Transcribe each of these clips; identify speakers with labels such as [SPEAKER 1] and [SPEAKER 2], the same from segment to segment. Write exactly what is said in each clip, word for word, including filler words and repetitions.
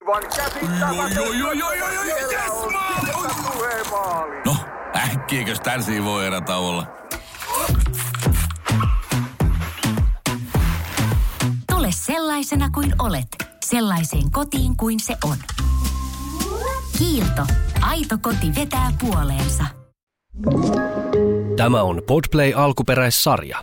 [SPEAKER 1] Aivan käsittämätöntä.
[SPEAKER 2] Yes, maali! No, äkkiäkös tän voi erätä olla?
[SPEAKER 3] Tule sellaisena kuin olet, sellaiseen kotiin kuin se on. Kiilto. Aito koti vetää puoleensa.
[SPEAKER 4] Tämä on Podplay alkuperäissarja.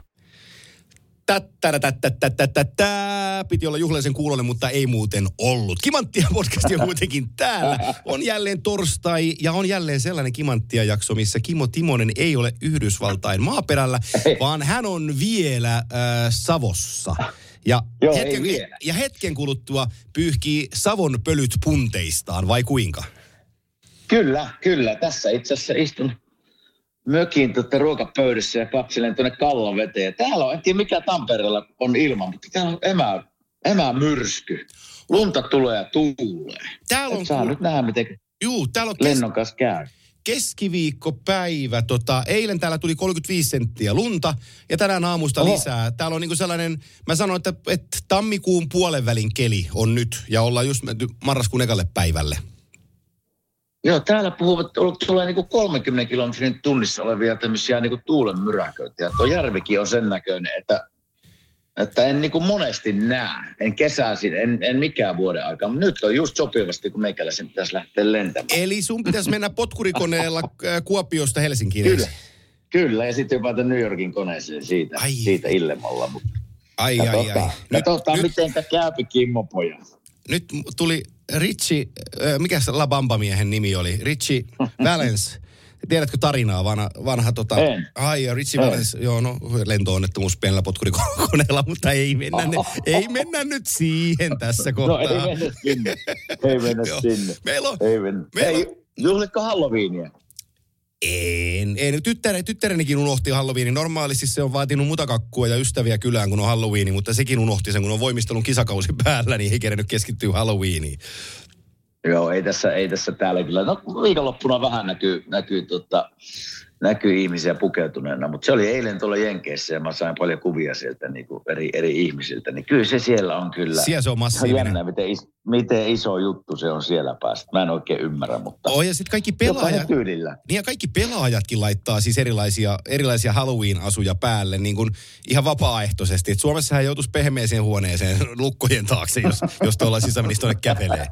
[SPEAKER 5] Tättärätättättättättättää. Piti olla juhlallisen kuulonen, mutta ei muuten ollut. Kimanttia podcasti on kuitenkin täällä. On jälleen torstai ja on jälleen sellainen Kimanttia-jakso, missä Kimmo Timonen ei ole Yhdysvaltain maaperällä, vaan hän on vielä äh, Savossa. Ja,
[SPEAKER 6] Joo,
[SPEAKER 5] hetken, ja hetken kuluttua pyyhkii Savon pölyt punteistaan, vai kuinka?
[SPEAKER 6] Kyllä, kyllä. Tässä itse asiassa istun mökin tuota ruokapöydässä ja katselen tuonne Kallan veteen. Täällä on, en tiedä mikä Tampereella on ilma, mutta täällä on emä, emämyrsky. Lunta tulee ja tuulee. Täällä on saa ku... nyt nähdä, miten
[SPEAKER 5] Juu, täällä on kes...
[SPEAKER 6] lennon kanssa käy.
[SPEAKER 5] Keskiviikkopäivä. Tota, eilen täällä tuli kolmekymmentäviisi senttiä lunta ja tänään aamusta Oho. lisää. Täällä on niinku sellainen, mä sanoin, että, että tammikuun puolen välin keli on nyt ja ollaan just menty marraskuun ekalle päivälle.
[SPEAKER 6] Joo, täällä puhuvat, tulee niinku kolmenkymmenen kilometrin tunnissa olevia tämmöisiä niinku tuulen myräköitä. Ja tuo järvikin on sen näköinen, että, että en niinku monesti näe. En kesäisin, en, en mikään vuoden aikaa. Mutta nyt on just sopivasti, kun meikäläisen pitäisi lähteä lentämään.
[SPEAKER 5] Eli sun pitäisi mennä potkurikoneella Kuopiosta Helsinkiin.
[SPEAKER 6] Kyllä, kyllä. Ja sitten jopa New Yorkin koneeseen siitä, siitä illemalla. Mutta
[SPEAKER 5] ai, ai, ai, ai.
[SPEAKER 6] Katsotaan, miten käypi Kimmo pojat.
[SPEAKER 5] Nyt tuli Richie, äh, mikä se La Bamba-miehen nimi oli? Richie Valens. Tiedätkö tarinaa? Vanha, vanha tota...
[SPEAKER 6] En.
[SPEAKER 5] Ai, ja Richie en. Valens, joo, no lento-onnettomuus pienellä potkurikoneella, mutta ei mennä, ne, ei mennä nyt siihen tässä kohtaa.
[SPEAKER 6] No ei mennä sinne. Ei mennä sinne.
[SPEAKER 5] Meillä on...
[SPEAKER 6] Ei mennä.
[SPEAKER 5] Meillä
[SPEAKER 6] ei, juhlitko Halloweenia?
[SPEAKER 5] En, en. Tyttäre, tyttärenikin unohti Halloweenin. Normaalisti se on vaatinut mutakakkua ja ystäviä kylään, kun on Halloweeni, mutta sekin unohti sen, kun on voimistelun kisakausi päällä, niin ei kerennyt keskittyä Halloweeniin.
[SPEAKER 6] Joo, ei tässä, ei tässä täällä kyllä. No viikonloppuna vähän näkyy, näkyy, tota, näkyy ihmisiä pukeutuneena, mutta se oli eilen tuolla Jenkeissä ja mä sain paljon kuvia sieltä niin kuin eri, eri ihmisiltä. Niin kyllä se siellä on kyllä.
[SPEAKER 5] Siellä se on massiivinen.
[SPEAKER 6] Jännä, miten, is, miten iso juttu se on siellä päästä. Mä en oikein ymmärrä, mutta
[SPEAKER 5] oh, ja sitten kaikki pelaajat. Niin ja kaikki pelaajatkin laittaa siis erilaisia, erilaisia Halloween-asuja päälle niin kuin ihan vapaaehtoisesti. Et Suomessahan joutuisi pehmeeseen huoneeseen lukkojen taakse, jos, jos tuolla sisämenisi tuonne kävelee.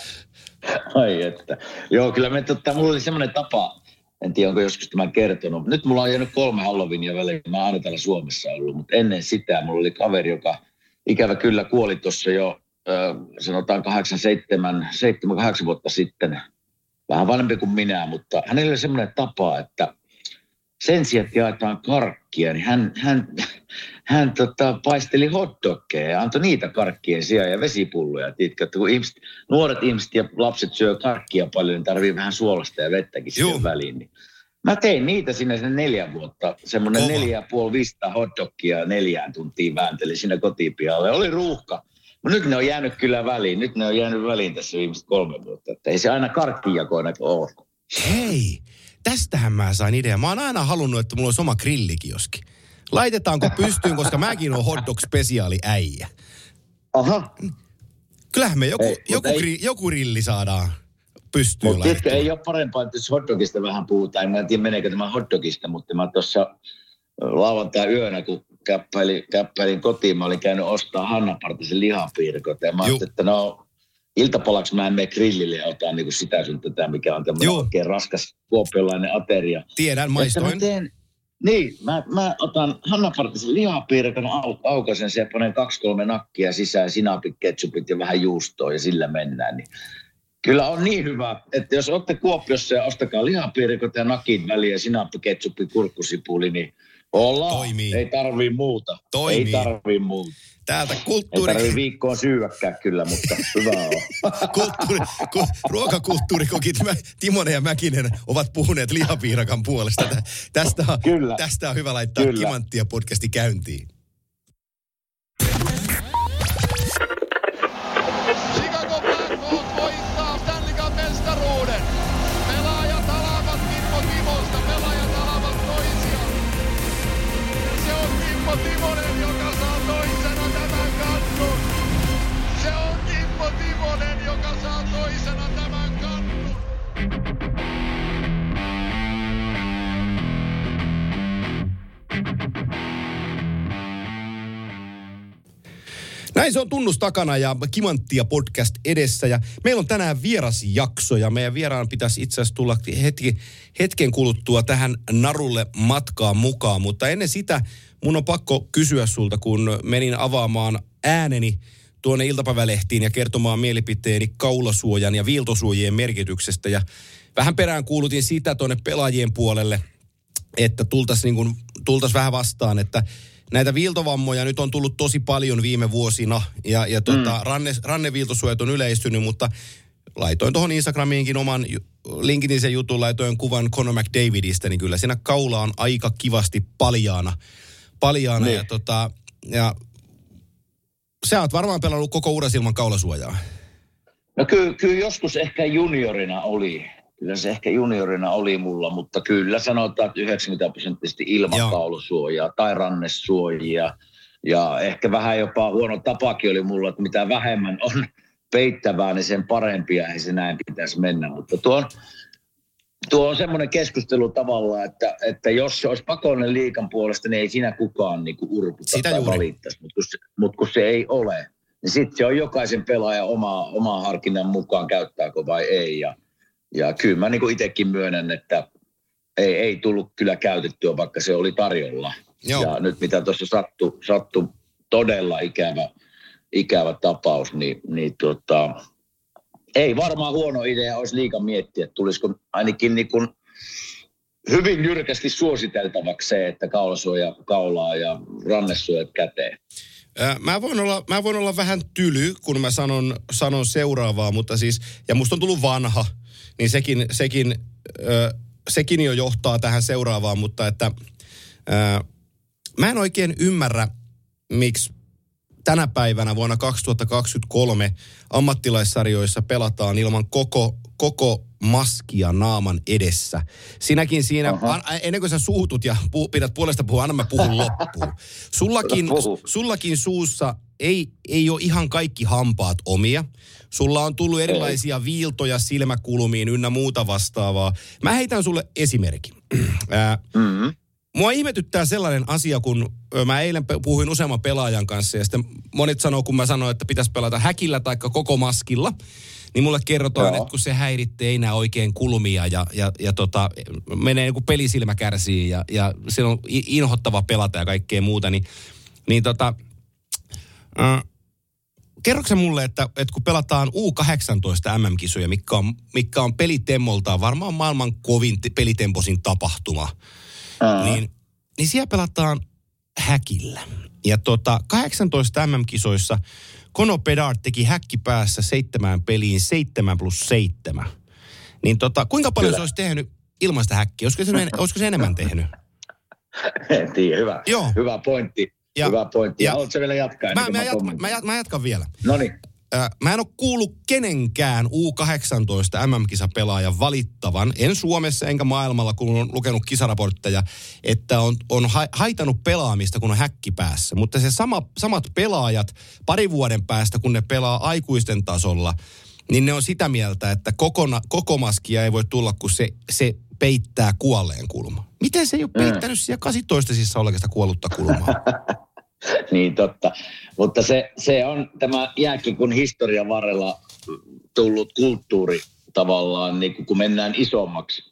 [SPEAKER 6] Ai että. Joo, kyllä me, totta, mulla oli semmoinen tapa, en tiedä onko joskus tämän kertonut. Nyt mulla on jäänyt kolme Halloweenia väliin, mä oon aina täällä Suomessa ollut, mutta ennen sitä mulla oli kaveri, joka ikävä kyllä kuoli tuossa jo, äh, sanotaan kahdeksan, seitsemän, seitsemän, kahdeksan vuotta sitten. Vähän vanhempi kuin minä, mutta hänellä oli semmoinen tapa, että sen sijaan, että jaetaan karkkia, niin hän, hän, hän tota, paisteli hotdoggeja ja antoi niitä karkkien sijaan ja vesipulloja. Tiedätkö, että kun ihmiset, nuoret ihmiset ja lapset syö karkkia paljon, niin tarvii vähän suolasta ja vettäkin siihen väliin. Niin mä tein niitä sinne sinne neljä vuotta. Semmoinen neljä ja puoli vista hotdoggia neljään tuntiin vääntelin siinä kotipihalle. Oli ruuhka. Mutta nyt ne on jäänyt kyllä väliin. Nyt ne on jäänyt väliin tässä viimeiset kolme vuotta. Että ei se aina karkkijakoina ole.
[SPEAKER 5] Hei! Tästähän mä sain idean. Mä oon aina halunnut, että mulla olisi oma grillikioski. Laitetaanko pystyyn, koska mäkin oon hot dog spesiaali äijä.
[SPEAKER 6] Aha.
[SPEAKER 5] Kyllähän me joku, ei, joku, gri, joku grilli saadaan pystyyn
[SPEAKER 6] laitettua. Mutta ei ole parempaa, että jos hot dogista vähän puhutaan. Mä en tiedä, meneekö tämä hot dogista, mutta mä tuossa lauantai-yönä, kun käppäilin, käppäilin kotiin, mä olin käynyt ostaa Hanna Partisen lihapiirkot. Ja mä ajattelin, että no... Iltapalaksi mä en mene grillille ja otan niin kuin sitä sun tätä, mikä on tämmöinen oikein raskas kuopiolainen ateria.
[SPEAKER 5] Tiedän, maistoin.
[SPEAKER 6] Teen, niin, mä, mä otan Hanna Partisen lihapiirkon, au, aukaisen sen ja panen kaksi kolme nakkia sisään, sinapit, ketsupit ja vähän juustoa ja sillä mennään. Niin kyllä on niin hyvä, että jos olette Kuopiossa ja ostakaa lihapiirikot ja nakit väliin ja sinappi, ketsuppi, kurkkusipuli, niin ollaan.
[SPEAKER 5] Toimii.
[SPEAKER 6] Ei tarvii muuta.
[SPEAKER 5] Toimii.
[SPEAKER 6] Ei tarvii muuta.
[SPEAKER 5] Täältä kulttuuri...
[SPEAKER 6] Ei tarvitse viikkoon syyäkään kyllä, mutta hyvä on.
[SPEAKER 5] Kulttuuri, ku, ruokakulttuurikokit Timonen ja Mäkinen ovat puhuneet lihapiirakan puolesta. Tästä on,
[SPEAKER 6] kyllä.
[SPEAKER 5] Tästä on hyvä laittaa kyllä. Kimanttia podcasti käyntiin.
[SPEAKER 7] Chicago Blackhawks voittaa Stanley Cup -mestaruuden. Pelaajat alavat Kimmo Timosta, pelaajat alavat toisiaan. Se on Kimmo Timonen, joka saa toisena tämän kannun. Se on Kimmo Timonen, joka saa
[SPEAKER 5] Näin se on tunnus takana ja Kimanttia podcast edessä ja meillä on tänään vierasjakso ja meidän vieraan pitäisi itse asiassa tulla hetki, hetken kuluttua tähän narulle matkaan mukaan, mutta ennen sitä mun on pakko kysyä sulta, kun menin avaamaan ääneni tuonne iltapäivälehtiin ja kertomaan mielipiteeni kaulasuojan ja viiltosuojien merkityksestä ja vähän perään kuulutin sitä tuonne pelaajien puolelle, että tultaisiin niin tultais vähän vastaan, että näitä viiltovammoja nyt on tullut tosi paljon viime vuosina ja, ja tota, mm. ranne, ranneviiltosuojat on yleistynyt, mutta laitoin tuohon Instagramiinkin oman linkitisen jutun, laitoin kuvan Conor McDavidistä, niin kyllä siinä kaula on aika kivasti paljaana. paljaana ja, tota, ja sä oot varmaan pelannut koko uras ilman kaulasuojaa.
[SPEAKER 6] No kyllä, kyllä joskus ehkä juniorina oli. Kyllä se ehkä juniorina oli mulla, mutta kyllä sanotaan, että yhdeksänkymmentä prosenttisesti ilman Joo. kaulasuojaa tai rannesuojia. Ja ehkä vähän jopa huono tapakin oli mulla, että mitä vähemmän on peittävää, niin sen parempia ei se näin pitäisi mennä. Mutta tuo on, tuo on semmoinen keskustelu tavallaan, että, että jos se olisi pakollinen liigan puolesta, niin ei siinä kukaan niin kuin urputa Sitä tai valittaisi. Mutta kun, mut kun se ei ole, niin sitten se on jokaisen pelaajan oma, oma harkinnan mukaan, käyttääkö vai ei. Ja Ja kyllä mä niin itsekin myönnän, että ei, ei tullut kyllä käytettyä, vaikka se oli tarjolla. Joo. Ja nyt mitä tuossa sattui, sattui todella ikävä, ikävä tapaus, niin, niin tota, ei varmaan huono idea olisi liikaa miettiä, että tulisiko ainakin niin kuin hyvin jyrkästi suositeltavaksi se, että kaulasuoja kaulaa ja rannesuojat käteen.
[SPEAKER 5] Mä voin, olla, mä voin olla vähän tyly, kun mä sanon, sanon seuraavaa, mutta siis, ja musta on tullut vanha, niin sekin, sekin, ö, sekin jo johtaa tähän seuraavaan, mutta että ö, mä en oikein ymmärrä, miksi tänä päivänä vuonna kaksituhattakaksikymmentäkolme ammattilaissarjoissa pelataan ilman koko, koko maskia naaman edessä. Sinäkin siinä, an, ennen kuin sä suutut ja puh, pidät puolesta puhua, anna mä puhun loppuun. Sullakin, sullakin suussa ei, ei ole ihan kaikki hampaat omia. Sulla on tullut erilaisia viiltoja silmäkulmiin ynnä muuta vastaavaa. Mä heitän sulle esimerkin. Mm-hmm. Mua ihmetyttää sellainen asia, kun mä eilen puhuin useamman pelaajan kanssa ja sitten monet sanoo, kun mä sanoin, että pitäisi pelata häkillä tai koko maskilla, niin mulle kerrotaan, Joo. että kun se häiritsee ei näe oikein kulmia ja, ja, ja tota, menee joku pelisilmä kärsii ja, ja se on inhottava pelata ja kaikkea muuta, niin, niin tota, äh, kerroksä se mulle, että, että kun pelataan U kahdeksantoista M M-kisoja, mikä on, mikä on pelitemmoltaan varmaan maailman kovin pelitemposin tapahtuma, uh-huh. niin, niin siellä pelataan häkillä. Ja tota, kahdeksantoista M M-kisoissa Conor Bedard teki häkki päässä seitsemään peliin seitsemän plus seitsemän. Niin tota, kuinka paljon Kyllä. se olisi tehnyt ilman sitä häkkiä? Olisiko se, olisiko se enemmän tehnyt?
[SPEAKER 6] En tiedä, hyvä. Joo. Hyvä pointti. Ja, hyvä pointti. Ja, Haluatko vielä jatkaa?
[SPEAKER 5] Mä, mä, jat, mä, jat, mä jatkan vielä.
[SPEAKER 6] Noniin.
[SPEAKER 5] Äh, mä en ole kuullut kenenkään U kahdeksantoista M M-kisapelaajan valittavan, en Suomessa enkä maailmalla, kun on lukenut kisaraportteja, että on, on ha- haitanut pelaamista, kun on häkki päässä. Mutta se sama, samat pelaajat pari vuoden päästä, kun ne pelaa aikuisten tasolla, niin ne on sitä mieltä, että kokona, koko maskia ei voi tulla, kun se, se peittää kuolleen kulma. Miten se ei ole peittänyt siellä kahdeksantoista oikeasta kuollutta kulmaa?
[SPEAKER 6] Niin totta, mutta se, se on tämä jääkiekon historian varrella tullut kulttuuri tavallaan, niin kun mennään isommaksi,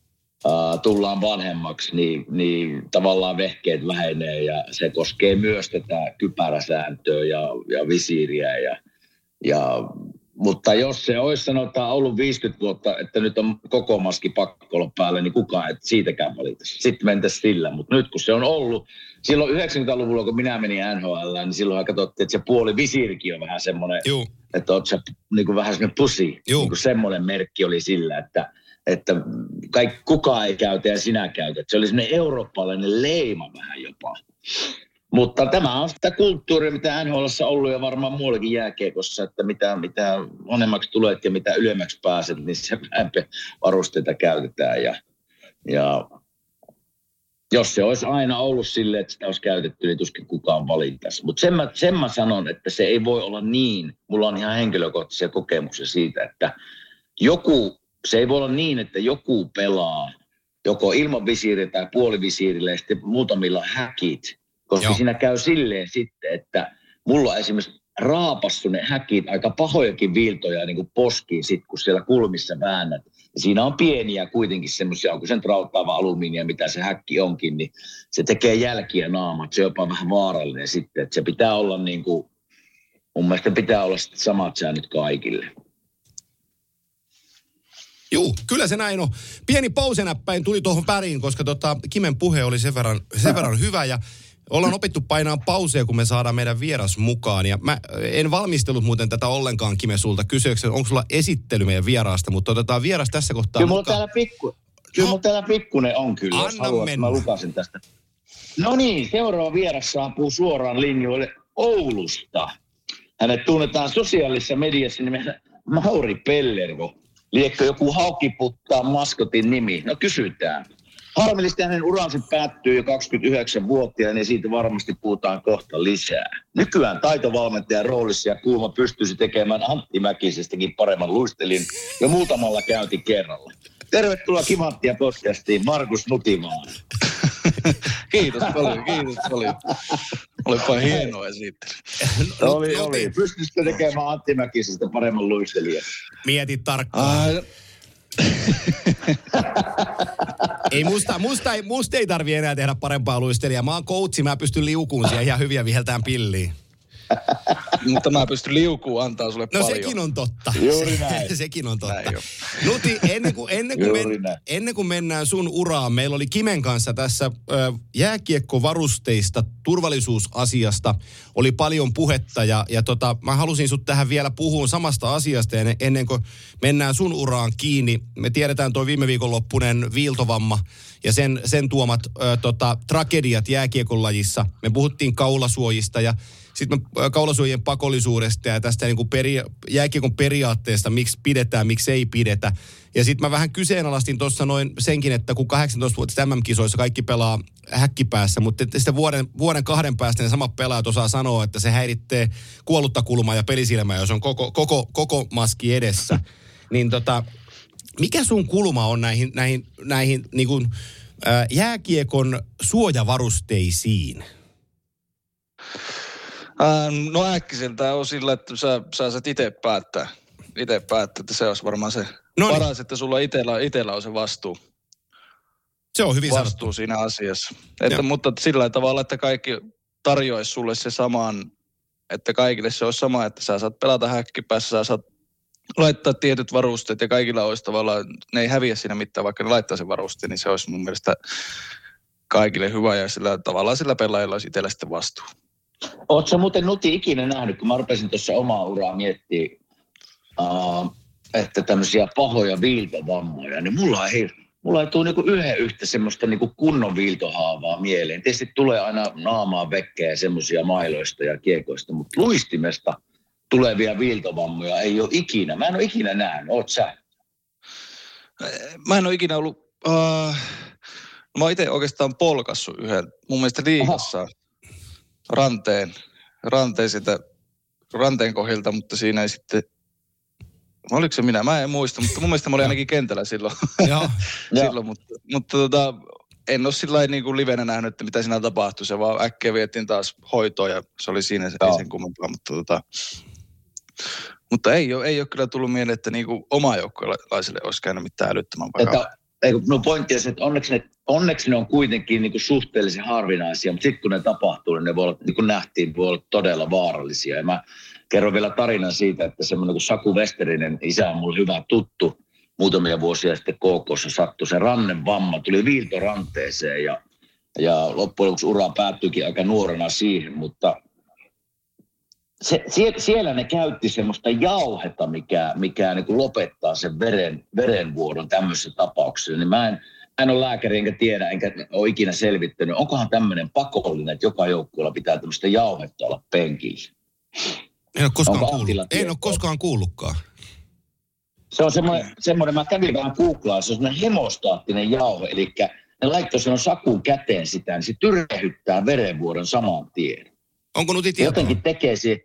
[SPEAKER 6] uh, tullaan vanhemmaksi, niin, niin tavallaan vehkeet vähenee ja se koskee myös tätä kypäräsääntöä ja, ja visiiriä. Ja, ja, mutta jos se olisi sanotaan ollut viisikymmentä vuotta, että nyt on koko maski pakko olla päällä, niin kukaan et siitäkään valitaisi. Sitten mentäisiin sillä, mutta nyt kun se on ollut, silloin yhdeksänkymmentäluvulla, kun minä menin N H L, niin silloin katsottiin, että se puoli visiirikin on vähän semmoinen, Juu. että oot sä niin kuin vähän semmoinen pusi. Niin kuin semmoinen merkki oli sillä, että, että kaikki, kukaan ei käytä ja sinä käytät. Se oli semmoinen eurooppalainen leima vähän jopa. Mutta tämä on sitä kulttuuria, mitä N H L:ssä on ollut ja varmaan muuallakin jääkiekossa, että mitä, mitä vanhemmaksi tulet ja mitä ylemmäksi pääset, niin se vähempi varusteita käytetään. Ja, ja jos se olisi aina ollut silleen, että sitä olisi käytetty, niin tuskin kukaan valittaisi. Mutta sen, sen mä sanon, että se ei voi olla niin. Mulla on ihan henkilökohtaisia kokemuksia siitä, että joku, se ei voi olla niin, että joku pelaa joko ilman visiiriä tai puolivisiirillä ja sitten muutamilla häkit. Koska Joo. siinä käy silleen sitten, että mulla esimerkiksi raapassu ne häkit, aika pahojakin viiltoja niin kuin poskiin sit, kun siellä kulmissa väännät. Ja siinä on pieniä kuitenkin semmoisia, onko sen rauttaava alumiinia, mitä se häkki onkin, niin se tekee jälkiä naamat. Se on jopa vähän vaarallinen sitten, että se pitää olla niin kuin, mun mielestä pitää olla samat säännöt kaikille.
[SPEAKER 5] Juu, kyllä se näin on. Pieni pausenäppäin tuli tuohon väriin, koska tota, Kimen puhe oli sen verran, sen verran hyvä ja ollaan opittu painaa pauseja, kun me saadaan meidän vieras mukaan. Ja mä en valmistellut muuten tätä ollenkaan, Kime, sulta kysyäkseni, onko sulla esittely meidän vieraasta, mutta otetaan vieras tässä kohtaa
[SPEAKER 6] kyllä
[SPEAKER 5] mukaan.
[SPEAKER 6] Mulla täällä pikku, kyllä no, mulla täällä pikkunen on kyllä,
[SPEAKER 5] anna
[SPEAKER 6] jos haluat, mä lukasin tästä. No niin, seuraava vieras saapuu suoraan linjoille Oulusta. Hänet tunnetaan sosiaalisessa mediassa nimellä Mauri Pellervo. Liekö joku haukiputtaa maskotin nimi? No kysytään. Harmillisesti hänen uransa päättyy jo kaksikymmentäyhdeksänvuotiaana ja siitä varmasti puhutaan kohta lisää. Nykyään taitovalmentajan roolissa ja Kuuma pystyisi tekemään Antti Mäkisestäkin paremman luistelin jo muutamalla käyntikerralla. Tervetuloa Kimanttia podcastiin, Markus Nutimaan.
[SPEAKER 1] Kiitos paljon, kiitos paljon. Olipa hienoa esittely.
[SPEAKER 6] No, oli, oli. Pystyisikö tekemään Antti Mäkisestä paremman luistelijan?
[SPEAKER 5] Mieti tarkkaan. Uh, ei musta, musta, ei, musta ei tarvi enää tehdä parempaa luistelijaa. Mä oon coachi, mä pystyn liukuun siihen ihan hyviä viheltään pilliin.
[SPEAKER 1] Mutta mä pystyn liukuun antaa sulle
[SPEAKER 5] no,
[SPEAKER 1] paljon.
[SPEAKER 5] No sekin on totta.
[SPEAKER 6] Juuri näin.
[SPEAKER 5] sekin on totta. Nuti, ennen kuin, ennen, kuin men, ennen kuin mennään sun uraan, meillä oli Kimen kanssa tässä ö, jääkiekkovarusteista, turvallisuusasiasta, oli paljon puhetta ja, ja tota, mä halusin sut tähän vielä puhua samasta asiasta ennen, ennen kuin mennään sun uraan kiinni. Me tiedetään toi viime viikonloppuinen viiltovamma ja sen, sen tuomat ö, tota, tragediat jääkiekon lajissa. Me puhuttiin kaulasuojista ja sitten kaulasuojien pakollisuudesta ja tästä niin kuin peria- jääkiekon periaatteesta, miksi pidetään, miksi ei pidetä. Ja sitten mä vähän kyseenalaistin tuossa noin senkin, että kun kahdeksantoistavuotiaissa M M-kisoissa kaikki pelaa häkkipäässä, mutta sitten vuoden, vuoden kahden päästä ne samat pelaajat osaa sanoa, että se häiritsee kuollutta kulmaa ja pelisilmää, jos on koko, koko, koko maski edessä. Niin tota, mikä sun kulma on näihin, näihin, näihin niin kuin, ää, jääkiekon suojavarusteisiin?
[SPEAKER 1] Ähm, no äkkiseltään on sillä, että sä, sä saat itse päättää. Itse päättää, että se olisi varmaan se Noniin. paras, että sulla itsellä, itsellä on se vastuu.
[SPEAKER 5] Se on hyvin
[SPEAKER 1] vastuu
[SPEAKER 5] sanottu.
[SPEAKER 1] Siinä asiassa. Että, mutta sillä tavalla, että kaikki tarjoaisi sulle se samaan, että kaikille se olisi sama, että sä saat pelata häkkipäässä, sä saat laittaa tietyt varusteet ja kaikilla olisi tavallaan, ne ei häviä siinä mitään, vaikka ne laittaa sen varusteen, niin se olisi mun mielestä kaikille hyvä ja sillä tavallaan sillä pelaajalla olisi itsellä sitten vastuu.
[SPEAKER 6] Oletko muuten Nuti ikinä nähnyt, kun mä rupesin tuossa omaa uraa miettimään, uh, että tämmöisiä pahoja viiltovammoja, niin mulla ei, mulla ei tule niinku yhden yhtä semmoista niinku kunnon viiltohaavaa mieleen. Tietysti tulee aina naamaa vekkejä semmoisia mailoista ja kiekoista, mutta luistimesta tulevia viiltovammoja ei ole ikinä. Mä en ole ikinä nähnyt, oot sä?
[SPEAKER 1] Mä en ole ikinä ollut, uh, mä oon itse oikeastaan polkassut yhden, mun mielestä liigassa. Aha. ranteen, ranteen sitä, ranteen kohdilta, mutta siinä ei sitten, oliko se minä? Mä en muista, mutta mun mielestä mä olin ainakin kentällä silloin.
[SPEAKER 5] Joo.
[SPEAKER 1] silloin mutta mutta tota, en ole sillä lailla niin kuin livenä nähnyt, että mitä siinä tapahtui. Se vaan äkkiä vietiin taas hoitoon ja se oli siinä ei sen kummempaa, mutta tota, mutta ei ole, ei ole kyllä tullut mieleen, että niin kuin oma joukkueelaisille olisi käynyt mitään älyttömän vakavaa.
[SPEAKER 6] No pointti on se, että onneksi ne, onneksi ne on kuitenkin niin kuin suhteellisen harvinaisia, mutta sitten kun ne tapahtuu, niin ne voi olla, niin kuin nähtiin, voi olla todella vaarallisia. Ja mä kerron vielä tarinan siitä, että semmoinen kuin Saku Westerinen, isä on mulle hyvä tuttu, muutamia vuosia sitten K K:ssa sattui se rannevamma, tuli viiltoranteeseen ja, ja loppujen lopuksi ura päättyikin aika nuorena siihen, mutta se, sie, siellä ne käytti semmoista jauhetta, mikä, mikä niin kuin lopettaa sen veren, verenvuodon tämmöisessä tapauksessa. Niin mä en, en ole lääkäri enkä tiedä, enkä ole ikinä selvittänyt. Onkohan tämmöinen pakollinen, että joka joukkueella pitää tämmöistä jauhetta olla penkillä?
[SPEAKER 5] En ole koskaan, kuullut. En ole koskaan kuullutkaan.
[SPEAKER 6] Se on semmoinen, semmoinen, mä kävin vähän googlaa, se on semmoinen hemostaattinen jauhe. Eli ne laittoi sen Sakun käteen sitä, niin se tyrehyttää verenvuodon saman tien.
[SPEAKER 5] Onko Nuti tietoa?
[SPEAKER 6] Jotenkin tekee se...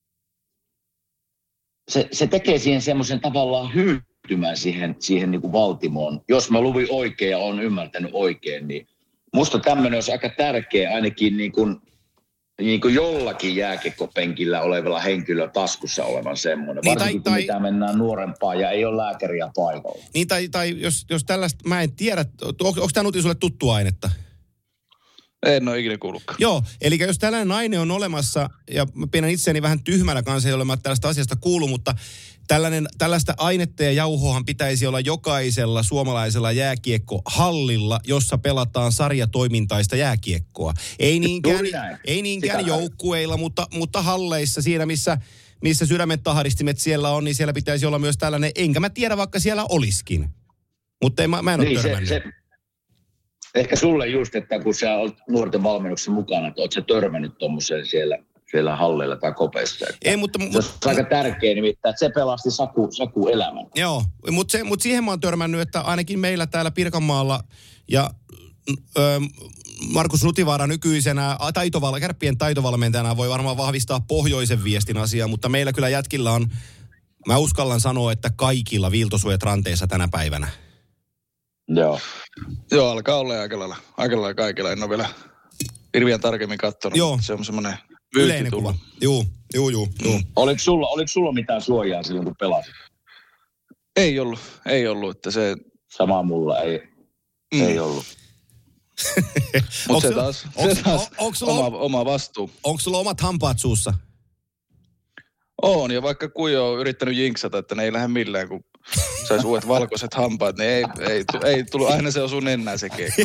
[SPEAKER 6] Se, se tekee siihen semmoisen tavallaan hyytymään siihen, siihen niin kuin valtimoon. Jos mä luvin oikein ja olen ymmärtänyt oikein, niin musta tämmöinen olisi aika tärkeä ainakin niin kuin niin kuin jollakin jääkiekkopenkillä olevalla henkilöllä taskussa olevan semmoinen.
[SPEAKER 5] Niin,
[SPEAKER 6] varsinkin
[SPEAKER 5] tai,
[SPEAKER 6] kun mitä mennään nuorempaa ja ei ole lääkäriä paikalla.
[SPEAKER 5] Niin tai, tai jos, jos tällaista, mä en tiedä, onko, onko tämä Nuti sulle tuttu ainetta?
[SPEAKER 1] En ole ikinä kuullutkaan.
[SPEAKER 5] Joo, eli jos tällainen aine on olemassa, ja mä pidän itseäni vähän tyhmällä kanssa, jolle mä tällaista asiasta kuulu, mutta tällainen, tällaista ainetta ja jauhohan pitäisi olla jokaisella suomalaisella jääkiekkohallilla, jossa pelataan sarjatoimintaista jääkiekkoa. Ei niinkään, ei niinkään joukkueilla, mutta, mutta halleissa siinä, missä, missä sydämen taharistimet siellä on, niin siellä pitäisi olla myös tällainen, enkä mä tiedä, vaikka siellä olisikin. Mutta mä, mä en ole niin, törmännyt. Se, se...
[SPEAKER 6] Ehkä sulle just, että kun sä olet nuorten valmennuksessa mukana, että oot sä törmännyt tuommoiseen siellä, siellä halleilla tai kopeissa.
[SPEAKER 5] Ei, mutta,
[SPEAKER 6] se on mutta, aika tärkeä nimittäin, että se pelasti Saku, Saku elämän.
[SPEAKER 5] Joo, mutta, se, mutta siihen mä oon törmännyt, että ainakin meillä täällä Pirkanmaalla ja ö, Markus Nutivaara nykyisenä taitoval, kärppien taitovalmentajana voi varmaan vahvistaa pohjoisen viestin asiaa, mutta meillä kyllä jätkillä on, mä uskallan sanoa, että kaikilla viiltosuojat ranteissa tänä päivänä.
[SPEAKER 6] Joo.
[SPEAKER 1] Joo, alkaa olla aika lailla, aika lailla kaikilla. En ole vielä hirveän tarkemmin katsonut.
[SPEAKER 5] Joo.
[SPEAKER 1] Se on semmoinen
[SPEAKER 5] yleinen kuva. Joo, joo, joo.
[SPEAKER 6] Mm. Oliko sulla, oliko sulla mitään suojaa silloin, kun pelasit?
[SPEAKER 1] Ei ollut, ei ollut. Että se...
[SPEAKER 6] Sama mulla, ei, mm. ei ollut.
[SPEAKER 1] Mutta se taas, onks, se taas on, oma, on, oma vastuu.
[SPEAKER 5] Onko sulla omat hampaat suussa?
[SPEAKER 1] On, ja vaikka Kujo on yrittänyt jinksata, että ne ei lähde millään, kun saisi uudet valkoiset hampaat, niin ei, ei, ei tullut, aina se osuu nenään se keikka.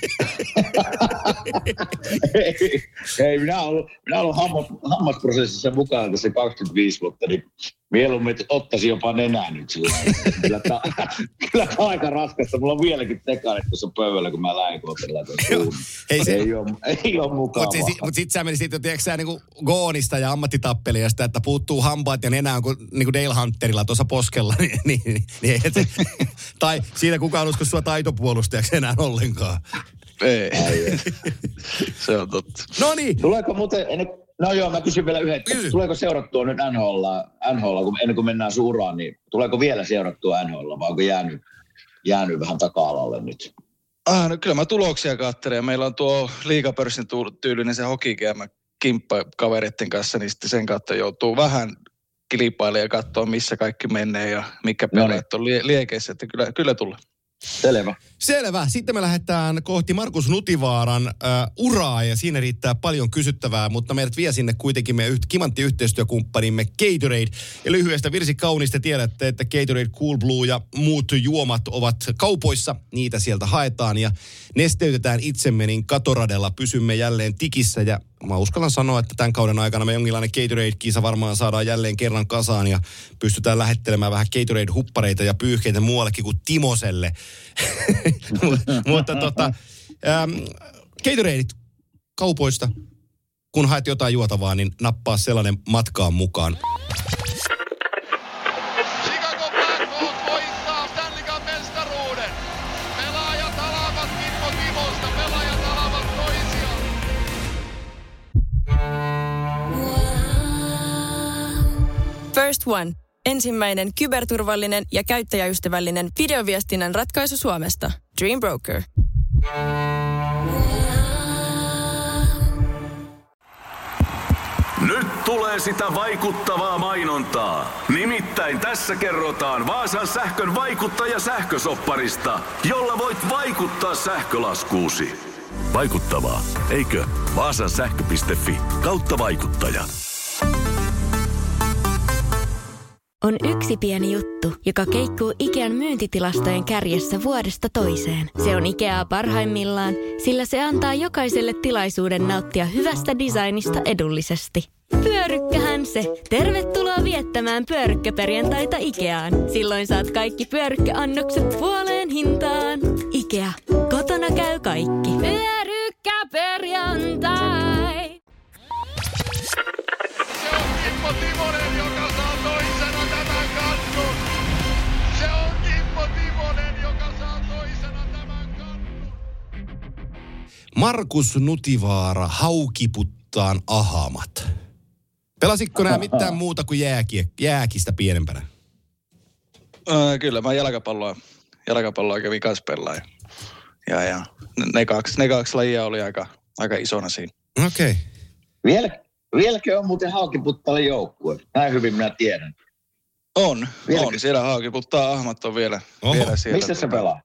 [SPEAKER 6] ei, ei, minä olen ollut hammas, hammasprosessissa mukana tässä kaksikymmentäviisi vuotta, niin mieluummin ottaisin jopa nenää nyt sillä Kyllä tämä on aika raskasta. Mulla on vieläkin tekarit tuossa pöydällä, kun mä lähden kohtellaan tuon ei, se, ei, ole, ei ole mukavaa.
[SPEAKER 5] Mutta siis, mut sit sä menisit jo, tiedätkö sä, niinku goonista ja ammattitappelijasta, että puuttuu hampaat ja nenää kuin niinku Dale Hunterilla tuossa poskella. niin, niin, niin, niin, et, tai siitä kukaan usko sua taitopuolustajaksi enää ollenkaan.
[SPEAKER 1] Ei, se on totta.
[SPEAKER 5] No niin.
[SPEAKER 6] Tuleeko muuten, no joo, mä kysyn vielä yhden, Kysy. Tuleeko seurattua nyt N H L, N H L kun ennen kuin mennään suuraan, niin tuleeko vielä seurattua N H L, vai onko jäänyt, jäänyt vähän taka-alalle nyt?
[SPEAKER 1] Ah, no kyllä mä tuloksia katselen, ja meillä on tuo liigapörssin tyylinen se hokikeämä kimppa kavereiden kanssa, niin sitten sen kautta joutuu vähän kilpailemaan ja katsoa, missä kaikki menee ja mikä pelaat on lie- liekeissä, että kyllä, kyllä tulee.
[SPEAKER 6] Selvä.
[SPEAKER 5] Selvä. Sitten me lähdetään kohti Markus Nutivaaran äh, uraa ja siinä riittää paljon kysyttävää, mutta meidät vie sinne kuitenkin meidän yht- kimantti yhteistyökumppanimme Gatorade. Ja lyhyestä virsi kaunista tiedätte, että Gatorade Cool Blue ja muut juomat ovat kaupoissa. Niitä sieltä haetaan ja nesteytetään itsemme, niin katoradella pysymme jälleen tikissä ja mä uskallan sanoa, että tämän kauden aikana me jonkinlainen Gatorade-kisa varmaan saadaan jälleen kerran kasaan ja pystytään lähettelemään vähän Gatorade-huppareita ja pyyhkeitä muuallekin kuin Timoselle. Mutta tota, ähm, Gatoradeit kaupoista, kun haet jotain juotavaa, niin nappaa sellainen matkaan mukaan.
[SPEAKER 7] Chicago Blackhawks voittaa Stanley Cup -mestaruuden. Pelaajat alavat Kimmo Timosta, pelaajat alavat toisiaan.
[SPEAKER 8] First One. Ensimmäinen kyberturvallinen ja käyttäjäystävällinen videoviestinnän ratkaisu Suomesta. Dream Broker.
[SPEAKER 2] Nyt tulee sitä vaikuttavaa mainontaa. Nimittäin tässä kerrotaan Vaasan sähkön vaikuttaja sähkösopparista, jolla voit vaikuttaa sähkölaskuusi. Vaikuttavaa, eikö? Vaasan sähkö piste fi kautta vaikuttaja.
[SPEAKER 9] On yksi pieni juttu, joka keikkuu Ikean myyntitilastojen kärjessä vuodesta toiseen. Se on Ikeaa parhaimmillaan, sillä se antaa jokaiselle tilaisuuden nauttia hyvästä designista edullisesti. Pyörykkähän se! Tervetuloa viettämään pyörykkäperjantaita Ikeaan. Silloin saat kaikki pyörykkäannokset puoleen hintaan. Ikea. Kotona käy kaikki. Pyörykkäperjantai!
[SPEAKER 7] Se on Kimmo Timonen, joka saa toisena tämän kannun. Se on Kimmo Timonen, joka saa toisena tämän kannun.
[SPEAKER 5] Markus Nutivaara, haukiputtaan ahamat. Pelasitko nää mitään muuta kuin jääkie, jääkistä pienempänä?
[SPEAKER 1] Öö, kyllä, mä jalkapalloa, jalkapalloa kävin kanssa pelaa. Ja, ja ne, kaksi, ne kaksi lajia oli aika, aika isona siinä.
[SPEAKER 5] Okei. Okay.
[SPEAKER 6] Viel, vieläkö on muuten Haukiputtalan joukkue? Näin hyvin minä tiedän.
[SPEAKER 1] On,
[SPEAKER 6] Vieläkö?
[SPEAKER 1] on. Siellä Haukiputtaa Ahmat on vielä, vielä siellä.
[SPEAKER 6] Missä se pelaa?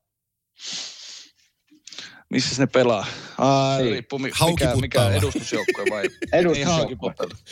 [SPEAKER 1] Missä ne pelaa? Aa,
[SPEAKER 6] Niin.
[SPEAKER 1] riippuu mi- mikä, mikä edustusjoukkue vai?
[SPEAKER 6] Edustusjoukkue.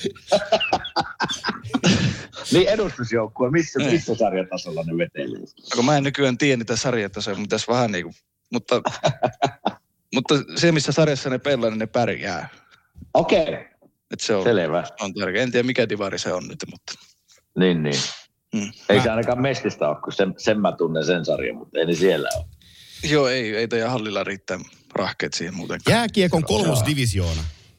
[SPEAKER 6] Niin edustusjoukkue. Missä,
[SPEAKER 1] Niin.
[SPEAKER 6] missä sarjatasolla ne vetelee?
[SPEAKER 1] Kun mä en nykyään tiedä niitä sarjatasoja, mutta tässä vähän niinku, mutta, mutta se missä sarjassa ne pelaa, niin ne pärjää.
[SPEAKER 6] Okei. Okay.
[SPEAKER 1] Et se on,
[SPEAKER 6] Selvä.
[SPEAKER 1] on tärkeä. En tiedä mikä divari se on nyt, mutta...
[SPEAKER 6] Niin, niin.
[SPEAKER 1] Hmm.
[SPEAKER 6] Ei se ainakaan Mestistä ole, kun sen, sen mä tunnen sen sarjan, mutta ei ne siellä ole.
[SPEAKER 1] Joo, ei, ei teidän hallilla riittää rahkeet siihen muutenkaan.
[SPEAKER 5] Jääkiekon kolmosdivisioona.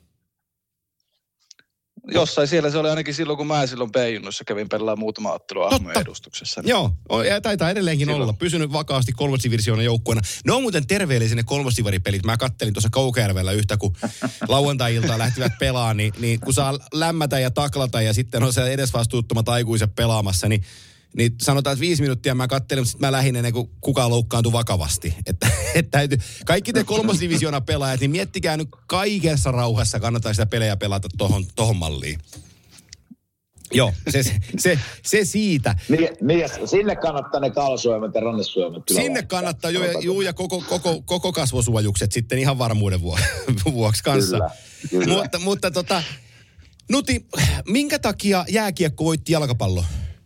[SPEAKER 1] Jossain siellä se oli ainakin silloin, kun mä silloin B-junnossa kävin pelaamaan muutama ottelu Ahmojen edustuksessa. Niin.
[SPEAKER 5] Joo, ja taitaa edelleenkin silloin olla. Pysynyt vakaasti kolmosdivisioonan joukkueena. Ne on muuten terveellisiä ne kolmosdivaripelit. Mä kattelin tuossa Koukajärvellä yhtä, kun lauantai-iltaan lähtivät pelaamaan, niin, niin kun saa lämmätä ja taklata ja sitten on se edesvastuuttomat aikuiset pelaamassa, niin Niin sanotaan, että viisi minuuttia mä kattelin, mutta sitten mä lähdin ennen kuin kukaan loukkaantui vakavasti. Että, että kaikki te kolmosdivisioona pelaajat, niin miettikää nyt kaikessa rauhassa, kannattaa sitä pelejä pelata tohon, tohon malliin. Joo, se, se, se siitä.
[SPEAKER 6] Niin, niin ja sinne kannattaa ne kalsuoimet ja rannesuoimet.
[SPEAKER 5] Sinne kannattaa, joo, ja, juu, ja koko, koko, koko kasvosuojukset sitten ihan varmuuden vuoksi kanssa.
[SPEAKER 6] Kyllä, kyllä.
[SPEAKER 5] Mutta, mutta tota, Nuti, minkä takia jääkiekko voitti jalkapallo?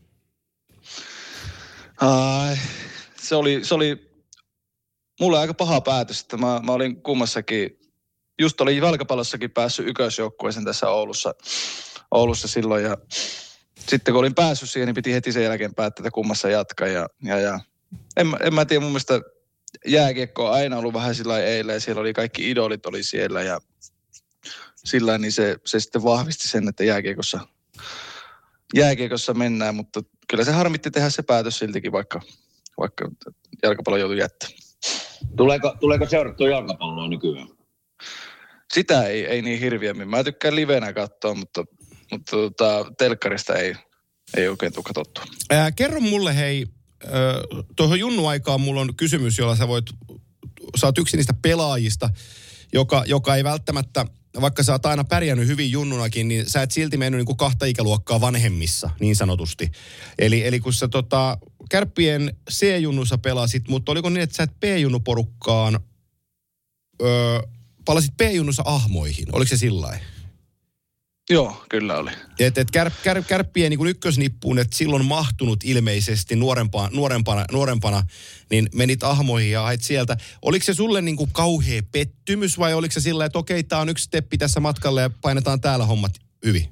[SPEAKER 1] Ai, se oli, se oli mulle aika paha päätös, että mä, mä olin kummassakin, just olin jalkapallossakin päässyt ykkösjoukkueeseen tässä Oulussa, Oulussa silloin ja sitten kun olin päässyt siihen, niin piti heti sen jälkeen päättää, että kummassa jatkaa ja, ja, ja en, en mä tiedä, mun mielestä jääkiekko on aina ollut vähän sillä lailla eilen ja siellä oli kaikki idolit oli siellä ja sillä niin se, se sitten vahvisti sen, että jääkiekossa, jääkiekossa mennään, mutta kyllä se harmitti tehdä se päätös siltikin, vaikka, vaikka jalkapallo joutui jättämään.
[SPEAKER 6] Tuleeko, tuleeko seurattua jalkapalloa nykyään?
[SPEAKER 1] Sitä ei, ei niin hirviämmin. Mä tykkään livenä katsoa, mutta, mutta tota, telkkarista ei, ei oikein tule katsottua.
[SPEAKER 5] Ää, kerro mulle hei, äh, tuohon junnu-aikaan mulla on kysymys, jolla sä voit, sä oot yksi niistä pelaajista, joka, joka ei välttämättä, vaikka sä oot aina pärjännyt hyvin junnunakin, niin sä et silti mennyt niin kuin kahta ikäluokkaa vanhemmissa, niin sanotusti. Eli, eli kun sä tota, Kärppien C-junnussa pelasit, mutta oliko niin, että sä et B-junnuporukkaan, öö, palasit B-junnussa Ahmoihin, oliko se sillä lailla?
[SPEAKER 1] Joo, kyllä oli.
[SPEAKER 5] Että et kär, kär, Kärppien niin ykkösnippuun, että silloin mahtunut ilmeisesti nuorempana, nuorempana, nuorempana, niin menit Ahmoihin ja hait sieltä. Oliko se sulle niin kuin kauhea pettymys vai oliko se sillä, että okei, tämä on yksi steppi tässä matkalla ja painetaan täällä hommat hyvin?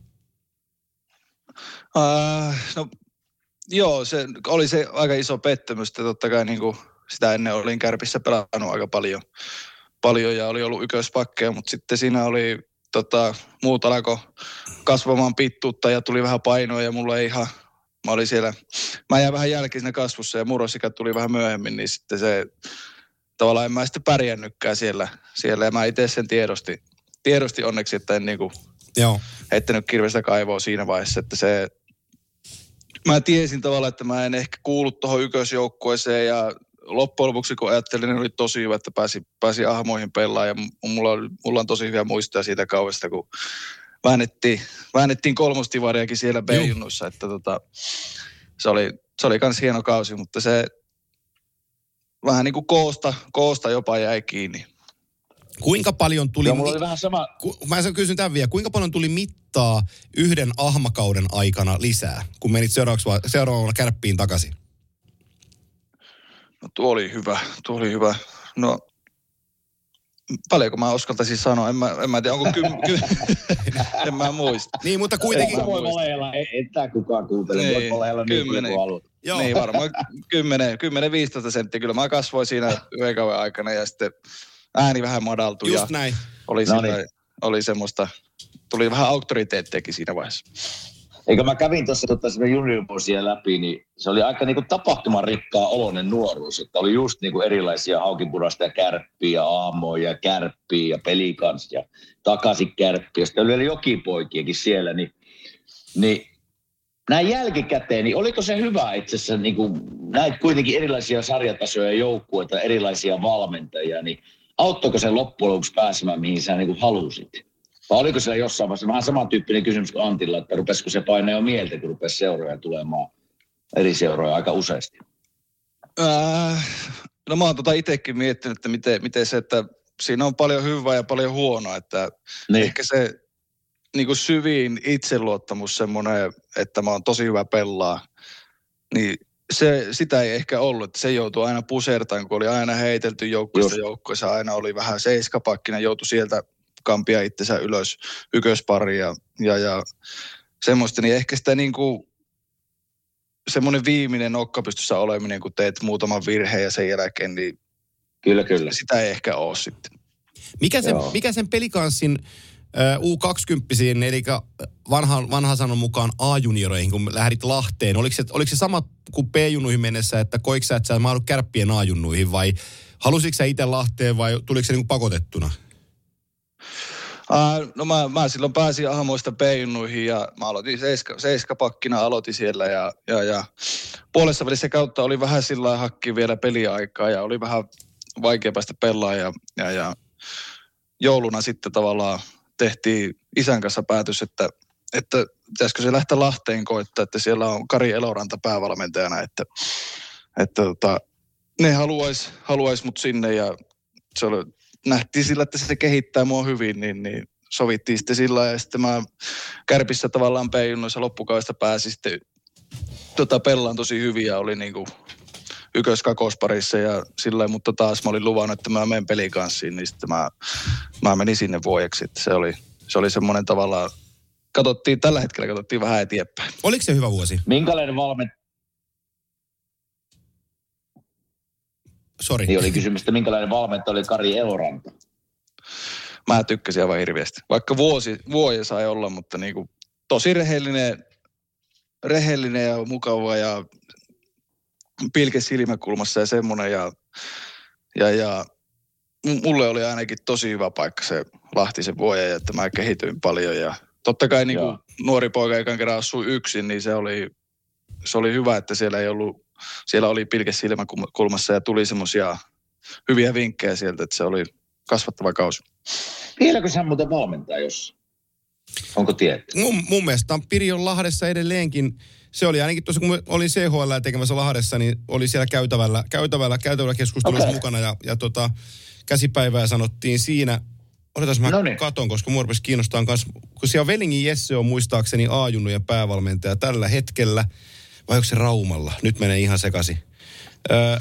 [SPEAKER 1] Uh, no joo, se oli se aika iso pettymys, että totta kai niin kuin sitä ennen olin Kärpissä pelannut aika paljon, paljon ja oli ollut ykköspakkeja, mutta sitten siinä oli tota, muut alkoi kasvamaan pittuutta ja tuli vähän painoa ja mulla ei ihan, mä olin siellä, mä jäin vähän jälkeen siinä kasvussa ja murrosikat tuli vähän myöhemmin, niin sitten se tavallaan en mä sitten pärjännytkään siellä, siellä ja mä itse sen tiedosti, tiedosti onneksi, että en niinku
[SPEAKER 5] Joo.
[SPEAKER 1] heittänyt kirvestä kaivoa siinä vaiheessa, että se, mä tiesin tavallaan, että mä en ehkä kuullut tuohon ykkösjoukkueeseen ja loppujen lopuksi, kun ajattelin, niin oli tosi hyvä, että pääsi, pääsi Ahmoihin pelaamaan. Ja mulla, mulla on tosi hyviä muistoja siitä kaudesta, kun väännettiin, väännettiin kolmostivariakin siellä B-junnussa. Että tota, se oli, se oli kans hieno kausi, mutta se vähän niin kuin koosta, koosta jopa jäi kiinni.
[SPEAKER 5] Kuinka paljon tuli...
[SPEAKER 6] Joo, mulla oli vähän sama...
[SPEAKER 5] Ku, mä kysyn tämän vielä. Kuinka paljon tuli mittaa yhden Ahmakauden aikana lisää, kun menit seuraavana, seuraavana Kärppiin takaisin?
[SPEAKER 1] No tuo oli hyvä, tuo oli hyvä. No, paljonko mä uskaltaisin sanoa, en mä, en mä tiedä, onko kym, ky, en mä muista.
[SPEAKER 5] Niin, mutta kuitenkin...
[SPEAKER 6] Ei voi valehella, ei, ei tää kukaan kuuntele, niin, voi valehella niin kuin haluat.
[SPEAKER 1] Joo. Niin, varmaan kymmenen viisitoista senttiä. Kyllä mä kasvoin siinä yhden kauden aikana ja sitten ääni vähän madaltui.
[SPEAKER 5] Just
[SPEAKER 1] ja
[SPEAKER 5] näin.
[SPEAKER 1] Oli, no niin. oli semmoista, tuli vähän auktoriteettiakin siinä vaiheessa.
[SPEAKER 6] Eikö mä kävin tuossa tota, juniorivuosia läpi, niin se oli aika niinku tapahtumarikkaa oloinen nuoruus. Että oli just niinku erilaisia Haukipurasta ja Kärppiä ja Aamoja ja Kärppiä ja Pelikans ja takaisin Kärppiä. Sitten oli jokipoikiakin siellä. Niin, niin näin jälkikäteen, niin oliko se hyvä itse asiassa, niin näit kuitenkin erilaisia sarjatasoja, joukkueita, erilaisia valmentajia, niin auttoiko se loppujen lopuksi pääsemään, mihin sä niin halusit? Vai oliko siellä jossain vaiheessa vähän samantyyppinen kysymys kuin Antilla, että rupesiko se paine jo mieltä, kun rupesi seuroja tulemaan eri seuroja aika useasti?
[SPEAKER 1] Äh, no mä oon tota itsekin miettinyt, että miten, miten se, että siinä on paljon hyvää ja paljon huonoa, että niin. Ehkä se niin kuin syvin itseluottamus semmoinen, että mä oon tosi hyvä pelaa, niin se, sitä ei ehkä ollut, että se joutui aina pusertaan, kun oli aina heitelty joukkueesta joukkueessa, aina oli vähän seiskapakkina, joutui sieltä kampia itsensä ylös ykköspariin ja, ja, ja semmoista, niin ehkä sitä niin kuin semmoinen viimeinen nokkapystyssä oleminen, kun teet muutaman virheen ja sen jälkeen, niin
[SPEAKER 6] kyllä, kyllä.
[SPEAKER 1] Sitä ei ehkä ole sitten.
[SPEAKER 5] Mikä sen, mikä sen pelikanssin U kaksikymmentä, eli vanhan, vanhan sanon mukaan A-junioreihin, kun lähdit Lahteen, oliko se, oliko se sama kuin P-junnuihin mennessä, että koiko sä, että sä mahdut kärppien A-junnuihin, vai halusitko sä itse Lahteen, vai tuliko se niin kuin pakotettuna?
[SPEAKER 1] Uh, no mä, mä silloin pääsin aamuista B-junnuihin ja mä aloitin seiska, seiskapakkina, aloitin siellä ja, ja, ja puolessa välissä kautta oli vähän sillä hakki vielä peliaikaa ja oli vähän vaikea päästä pelaamaan ja, ja, ja jouluna sitten tavallaan tehtiin isän kanssa päätös, että, että pitäisikö se lähteä Lahteen koittaa, että siellä on Kari Eloranta päävalmentajana, että, että tota, ne haluaisi haluais mut sinne ja se oli, nähtiin sillä, että se kehittää mua hyvin, niin, niin sovittiin sitten sillä ja sitten mä Kärpissä tavallaan P-junnoissa loppukaudesta pääsin sitten tota, pelaan tosi hyvin ja oli niinku ykkös-kakosparissa ja sillä, mutta taas mä olin luvannut, että mä menen pelikanssiin, niin sitten mä, mä menin sinne vuodeksi. Että se oli, se oli semmoinen tavallaan, katsottiin, tällä hetkellä katsottiin vähän eteenpäin.
[SPEAKER 5] Oliko se hyvä vuosi?
[SPEAKER 6] Minkälainen valmentaja?
[SPEAKER 5] Sori.
[SPEAKER 6] Niin oli kysymys, että minkälainen valmentaja oli Kari Eloranta?
[SPEAKER 1] Mä tykkäsin aivan hirveästi. Vaikka vuosi, vuosi sai olla, mutta niin kuin tosi rehellinen, rehellinen ja mukava ja pilke silmäkulmassa ja semmoinen ja, ja, ja mulle oli ainakin tosi hyvä paikka se Lahtisen vuoden, että mä kehityin paljon ja totta kai niin kuin nuori poika ekan kerran asui yksin, niin se oli, se oli hyvä, että siellä ei ollut, siellä oli pilke silmäkulmassa ja tuli semmoisia hyviä vinkkejä sieltä, että se oli kasvattava kausi.
[SPEAKER 6] Vieläkö sä muuten valmentaa, jos onko tietty?
[SPEAKER 5] Mun, mun mielestä Piri on Lahdessa edelleenkin. Se oli ainakin tuossa, kun olin C H L tekemässä Lahdessa, niin oli siellä käytävällä, käytävällä, käytävällä keskustelussa okay. mukana ja, ja tota, käsipäivää sanottiin siinä. Odotas mä Noniin. katon, koska mua rupesi kiinnostaa myös, kun siellä Velingin Jesse on muistaakseni A-junnujen päävalmentaja tällä hetkellä, vai onko se Raumalla? Nyt menee ihan sekaisin. Öö,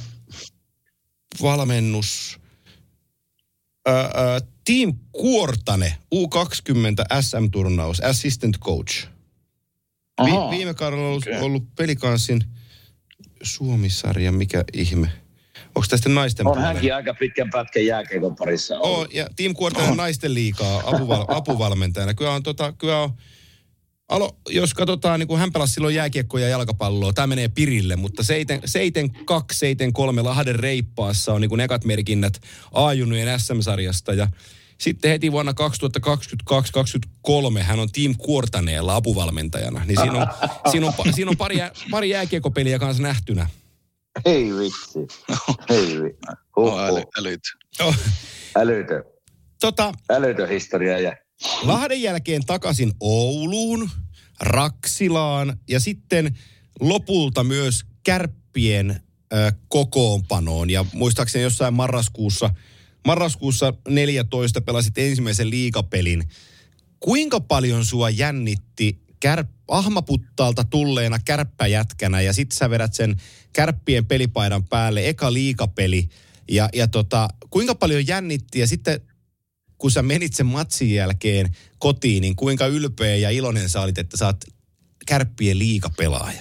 [SPEAKER 5] valmennus. Öö, öö, Team Kuortane, U kaksikymmentä S M-turnaus, assistant coach. Vi- viime kaudella on ollut, okay. ollut pelikanssin Suomi-sarja, mikä ihme. Onko tästä naisten
[SPEAKER 6] on
[SPEAKER 5] puolella?
[SPEAKER 6] hänkin aika pitkän pätkän jääkiekon parissa ollut.
[SPEAKER 5] On, ja Team Kuortane on naisten liigaa apuval- apuvalmentajana. Kyllä on, tota, kyllä on alo, jos katsotaan, niin kuin hän pelasi silloin jääkiekkoa ja jalkapalloa, tämä menee Pirille, mutta seitsemän kaksi seitsemän kolme Lahden reippaassa on niin kuin ekat merkinnät A-junnujen S M-sarjasta ja sitten heti vuonna kaksituhattakaksikymmentäkaksi kaksikymmentäkolme hän on Team Kuortaneella apuvalmentajana. Niin siinä on, siinä on, siinä on pari, pari jääkiekopeliä kanssa nähtynä.
[SPEAKER 6] Hei vitsi. Hei vitsi. Huh, huh.
[SPEAKER 1] Äly, älytö.
[SPEAKER 5] Oh.
[SPEAKER 6] Älytö.
[SPEAKER 5] Tota,
[SPEAKER 6] älytö historia. Ja.
[SPEAKER 5] Lahden jälkeen takaisin Ouluun, Raksilaan ja sitten lopulta myös Kärppien äh, kokoonpanoon. Ja muistaakseni jossain marraskuussa Marraskuussa neljätoista pelasit ensimmäisen liigapelin. Kuinka paljon sua jännitti kär, Ahmaputtaalta tulleena kärppäjätkänä ja sit sä vedät sen Kärppien pelipaidan päälle, eka liigapeli. Ja, ja tota, kuinka paljon jännitti ja sitten kun sä menit sen matsin jälkeen kotiin, niin kuinka ylpeä ja iloinen sä olit, että sä oot Kärppien liigapelaaja?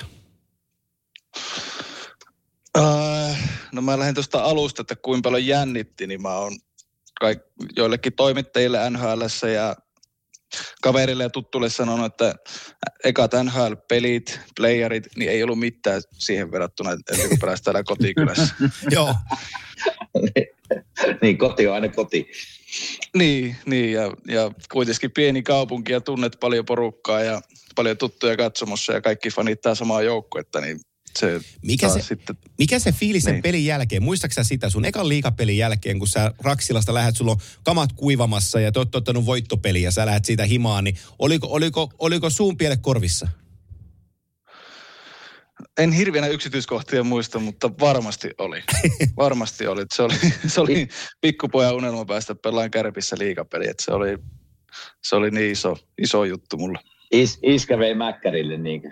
[SPEAKER 1] Uh, no mä lähdin tuosta alusta, että kuinka paljon jännitti, niin mä oon kaik, joillekin toimittajille N H L:ssä ja kaverille ja tuttuille sanonut, että ekat N H L-pelit, playerit, niin ei ollut mitään siihen verrattuna, että kun pääsi täällä kotikylässä.
[SPEAKER 5] Joo.
[SPEAKER 6] Niin, koti on aina koti.
[SPEAKER 1] Niin, niin ja, ja kuitenkin pieni kaupunki ja tunnet paljon porukkaa ja paljon tuttuja katsomossa ja kaikki fanittaa samaa joukkuetta, niin se
[SPEAKER 5] mikä, se,
[SPEAKER 1] sitten...
[SPEAKER 5] mikä se fiilis sen
[SPEAKER 1] niin.
[SPEAKER 5] pelin jälkeen? Muistatko sä sitä sun ekan liigapelin jälkeen, kun sä Raksilasta lähdet, sulla on kamat kuivamassa ja te oot ottanut voittopeliä ja sä lähdet siitä himaan, niin oliko, oliko, oliko suun pielet korvissa?
[SPEAKER 1] En hirveänä yksityiskohtia muista, mutta varmasti oli. Varmasti oli. Se oli, se oli pikkupojan unelma päästä pelaan Kärpissä liigapeliä. Se oli, se oli niin iso, iso juttu mulle.
[SPEAKER 6] Is, iskä vei mäkkärille niinkö?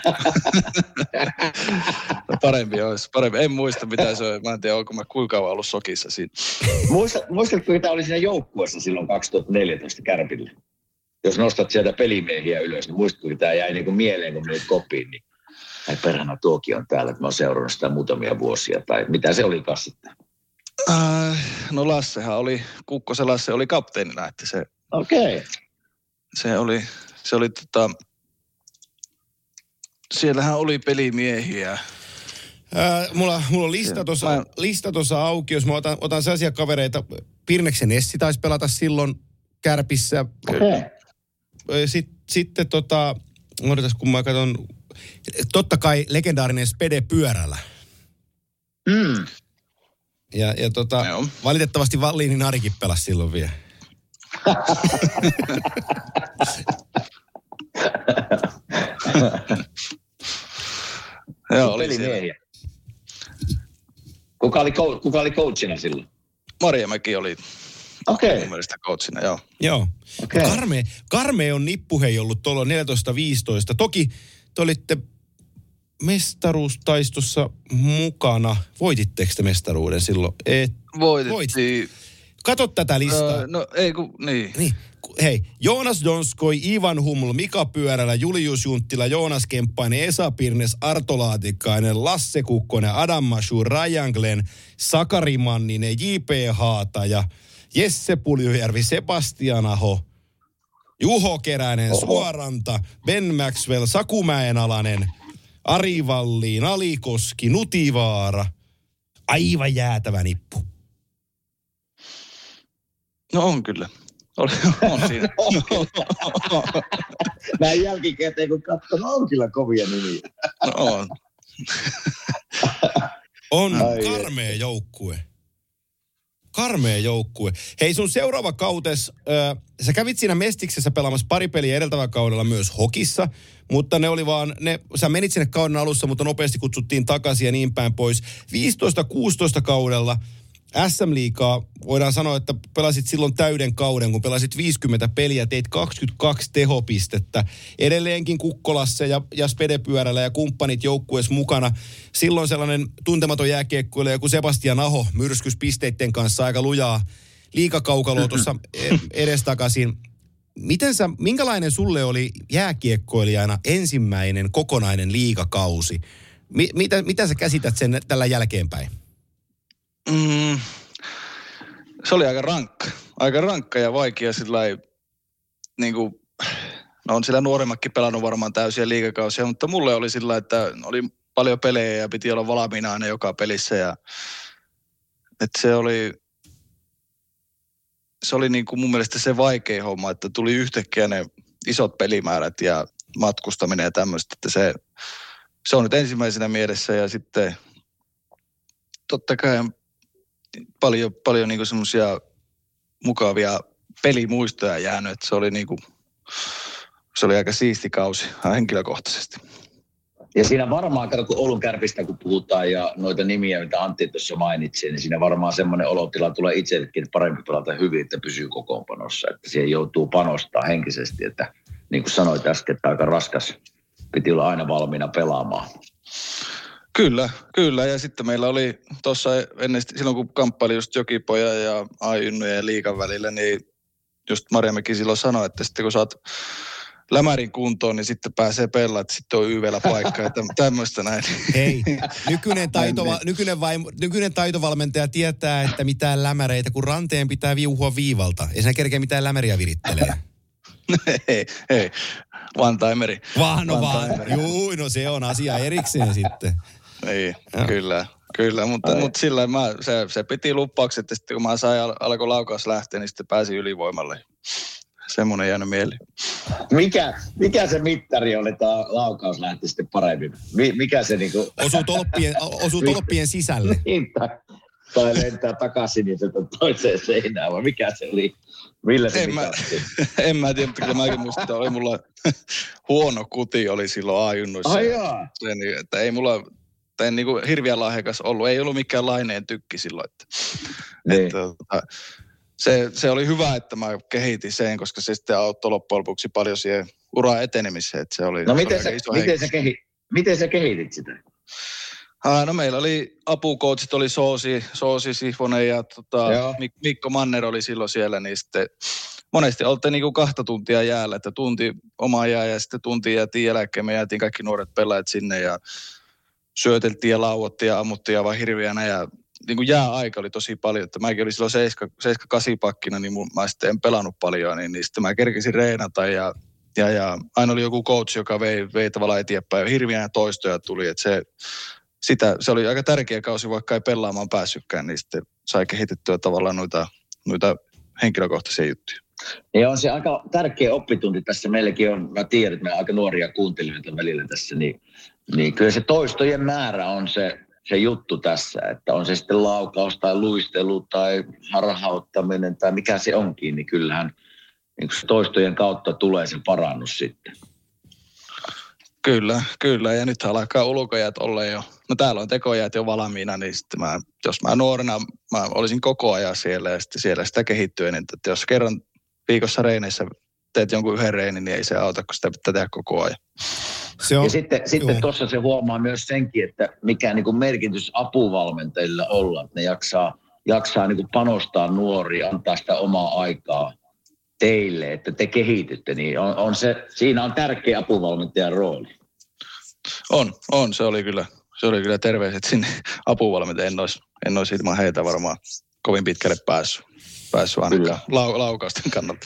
[SPEAKER 1] No parempi olisi. Parempi. En muista mitä se on. Mä en tiedä, onko mä kuinka kauan ollut sokissa siinä.
[SPEAKER 6] Muistatko, että oli siinä joukkueessa silloin kaksituhattaneljätoista Kärpillä? Jos nostat sieltä pelimiehiä ylös, niin muistatko, että tämä jäi niin kuin mieleen, kun menit kopiin, niin ai perhana tuokin on täällä, että mä oon seurannut sitä muutamia vuosia, tai mitä se oli sitten?
[SPEAKER 1] Äh, no Lassehan oli, Kukkosen Lasse oli kapteenina, että se...
[SPEAKER 6] Okei. Okay.
[SPEAKER 1] Se oli, se oli tota... Siellähän oli pelimiehiä.
[SPEAKER 5] Äh, mulla, mulla on lista tuossa mä... lista tuossa auki, jos mä otan, otan sellaisia kavereita. Pirneksen Essi taisi pelata silloin Kärpissä.
[SPEAKER 6] Okay.
[SPEAKER 5] Sitten, sitten tota, odotas kun mä katson... Totta kai legendaarinen Spede Pyörällä.
[SPEAKER 6] Mm.
[SPEAKER 5] Ja, ja tota, valitettavasti Valliinin Arikin pelasi silloin vielä.
[SPEAKER 1] Joo, oli siellä.
[SPEAKER 6] Kuka oli, kuka oli coachina silloin?
[SPEAKER 1] Marjamäki oli
[SPEAKER 6] okay.
[SPEAKER 1] mun mielestä coachina, joo.
[SPEAKER 5] Joo. Okay. Karme, Karme on nippuhei ollut tuolla neljätoista viisitoista. Toki te olitte mestaruustaistossa mukana. Voititteko te mestaruuden silloin? Et,
[SPEAKER 1] Voitettiin.
[SPEAKER 5] Kato tätä listaa.
[SPEAKER 1] Öö, no ei kun, niin.
[SPEAKER 5] niin. Hei, Joonas Donskoi, Ivan Huml, Mika Pyörälä, Julius Junttila, Joonas Kemppainen, Esa Pirnes, Arto Laatikainen, Lasse Kukkonen, Adam Mashu, Ryan Glenn, Sakari Manninen, J P Haataja, Jesse Puljujärvi, Sebastian Aho, Juho Keränen, Oho. Suoranta, Ben Maxwell, Saku Mäenalainen, Ari Valliin, Ali Koski, Nutivaara. Aivan jäätävä nippu.
[SPEAKER 1] No on kyllä. Oli, on siinä.
[SPEAKER 6] Näin jälkikäteen kun katson, on kyllä kovia nimiä.
[SPEAKER 1] No on.
[SPEAKER 5] On karmea joukkue. Karmea joukkue. Hei, sun seuraava kautes, äh, sä kävit siinä Mestiksessä pelaamassa pari peliä edeltävällä kaudella myös hokissa, mutta ne oli vaan, ne, sä menit sinne kauden alussa, mutta nopeasti kutsuttiin takaisin ja niin päin pois. viisitoista kuusitoista kaudella S M-liigaa voidaan sanoa, että pelasit silloin täyden kauden, kun pelasit viisikymmentä peliä, teit kaksikymmentäkaksi tehopistettä. Edelleenkin Kukkolassa ja, ja Spedepyörällä ja kumppanit joukkueessa mukana. Silloin sellainen tuntematon jääkiekkoilija kuin Sebastian Aho myrskys pisteitten kanssa aika lujaa liigakaukaloa tuossa edestakaisin. Miten sä, minkälainen sulle oli jääkiekkoilijana ensimmäinen kokonainen liigakausi? Mi, mitä, mitä sä käsität sen tällä jälkeenpäin?
[SPEAKER 1] Mm, se oli aika rankka. Aika rankka ja vaikea sillä niin kuin, no on sillä nuoremmatkin pelannut varmaan täysiä liigakausia, mutta mulle oli sillä että oli paljon pelejä ja piti olla valmiina aina joka pelissä ja että se oli se oli niin kuin mun mielestä se vaikea homma, että tuli yhtäkkiä ne isot pelimäärät ja matkustaminen ja tämmöistä, että se, se on nyt ensimmäisenä mielessä ja sitten totta kai paljon, paljon niin kuin semmoisia mukavia pelimuistoja jäänyt, että se oli niin kuin, se oli aika siisti kausi henkilökohtaisesti.
[SPEAKER 6] Ja siinä varmaan, kato kun Oulun Kärpistä kun puhutaan ja noita nimiä, mitä Antti tuossa mainitsi, niin siinä varmaan semmoinen olotila tulee itsellekin, että parempi pelata hyvin, että pysyy kokoonpanossa, että siihen joutuu panostaa henkisesti, että niin kuin sanoit äsken, että aika raskas, piti olla aina valmiina pelaamaan.
[SPEAKER 1] Kyllä, kyllä. Ja sitten meillä oli tuossa ennen, silloin kun kamppaili just Jokipoja ja A-junnuja ja liigan välillä, niin just Marjamäki silloin sanoi, että sitten kun saat lämärin kuntoon, niin sitten pääsee pelaamaan, että sitten on Y V:llä paikka ja tämmöistä näin.
[SPEAKER 5] Hei, nykyinen, taitova, nykyinen, vai, nykyinen taitovalmentaja tietää, että mitään lämäreitä, kun ranteen pitää viuhua viivalta. Ei sen kerkeä mitään lämäriä virittelee.
[SPEAKER 1] Hei, hei. One timeri.
[SPEAKER 5] Vaan, no vaan. Juu, no se on asia erikseen sitten.
[SPEAKER 1] Niin, ja. kyllä, kyllä, mutta, mutta sillä mä, se, se piti lupaukset, että sitten kun mä sain al- alkoi laukaus lähteä, niin sitten pääsin ylivoimalle. semmoinen jäänyt mieliin.
[SPEAKER 6] Mikä, mikä se mittari oli, että laukaus lähti sitten paremmin? Mikä se niinku...
[SPEAKER 5] Osuu tolppien, osuu tolppien sisälle.
[SPEAKER 6] Niin, tai, tai lentää takaisin niin toiseen seinään, vai mikä se oli? Millä se
[SPEAKER 1] en mä, en mä tiedä, mutta kyllä mäkin muistin, että oli mulla huono kuti oli silloin A-junnuissa.
[SPEAKER 6] Ai jaa.
[SPEAKER 1] Sen, että ei mulla, en niin kuin hirveän lahjakas ollut, ei ollut mikään laineen tykki silloin. Että,
[SPEAKER 6] niin.
[SPEAKER 1] että, se, se oli hyvä, että mä kehitin sen, koska se sitten auttoi loppujen lopuksi paljon siihen uraan etenemiseen. Että se oli,
[SPEAKER 6] no miten,
[SPEAKER 1] se
[SPEAKER 6] sä,
[SPEAKER 1] iso
[SPEAKER 6] miten, sä kehi, miten sä kehitit sitä?
[SPEAKER 1] Ah, no meillä oli apukoutsit, oli Soosi, Soosi Sifonen ja tota, Mik- Mikko Manner oli silloin siellä, niin sitten monesti oltiin niin kuin kahta tuntia jäällä, että tunti omaa jää ja sitten tunti jäätiin jälkeen. Me jäätiin kaikki nuoret pelaajat sinne ja syöteltiin ja lauottiin ja ammuttiin ja vaan hirviänä ja niin kuin jääaika oli tosi paljon, että mäkin olin silloin seitsemän kahdeksan pakkina, niin mä sitten en pelannut paljon, niin, niin sitten mä kerkesin reenata ja, ja, ja aina oli joku coach, joka vei, vei tavallaan eteenpäin ja hirviänä toistoja tuli, että se Sitä, se oli aika tärkeä kausi, vaikka ei pelaamaan päässytkään, niin sitten sai kehitettyä tavallaan noita, noita henkilökohtaisia juttuja.
[SPEAKER 6] Ja on se aika tärkeä oppitunti tässä. Meilläkin on, mä tiedän, että me aika nuoria kuuntelijoita välillä tässä, niin, niin kyllä se toistojen määrä on se, se juttu tässä, että on se sitten laukaus tai luistelu tai harhauttaminen tai mikä se onkin, niin kyllähän niin toistojen kautta tulee se parannus sitten.
[SPEAKER 1] Kyllä, kyllä. Ja nyt alkaa ulkojäät olla jo. No täällä on tekojäät jo valmiina, niin sitten mä, jos mä nuorena, mä olisin koko ajan siellä ja sitten siellä sitä kehittyy. Niin että jos kerran viikossa reineissä teet jonkun yhden reinin, niin ei se auta, kun sitä pitää tehdä koko ajan.
[SPEAKER 6] Se on, ja sitten, sitten tuossa se huomaa myös senkin, että mikä niin kuin merkitys apuvalmentajilla olla, että ne jaksaa, jaksaa niin kuin panostaa nuoria, antaa sitä omaa aikaa teille, että te kehitytte, niin on, on se, siinä on tärkeä apuvalmentajan rooli.
[SPEAKER 1] On, on. Se oli kyllä, se oli kyllä terveiset sinne apuvalmentajan. En olisi, en olisi ilman heitä varmaan kovin pitkälle päässyt, päässyt ainakaan lau, laukausten kannalta.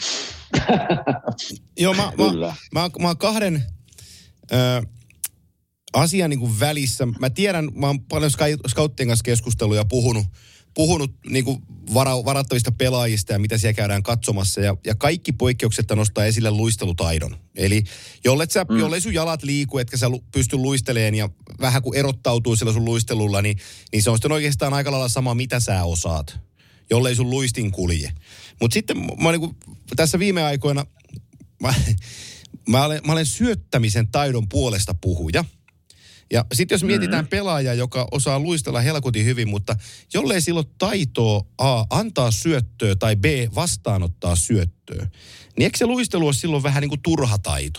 [SPEAKER 5] Joo, mä, mä, mä, mä, mä oon kahden ö, asian niin kuin välissä. Mä tiedän, mä oon paljon scouttien kanssa keskustellut ja puhunut, puhunut niin kuin vara, varattavista pelaajista ja mitä siellä käydään katsomassa. Ja, ja kaikki poikkeuksetta nostaa esille luistelutaidon. Eli jollei, sä, mm. jollei sun jalat liiku, etkä sä pysty luisteleen ja vähän kun erottautuu sillä sun luistelulla, niin, niin se on sitten oikeastaan aika lailla sama, mitä sä osaat. Jollei sun luistin kulje. Mutta sitten mä niin kuin, tässä viime aikoina, mä, mä, olen, mä olen syöttämisen taidon puolesta puhuja. Ja sitten jos mietitään mm-hmm. pelaajaa, joka osaa luistella helkutin hyvin, mutta jollei sillä ole taitoa A, antaa syöttöä tai B, vastaanottaa syöttöä, niin eikö se luistelu ole silloin vähän niin kuin turha taito?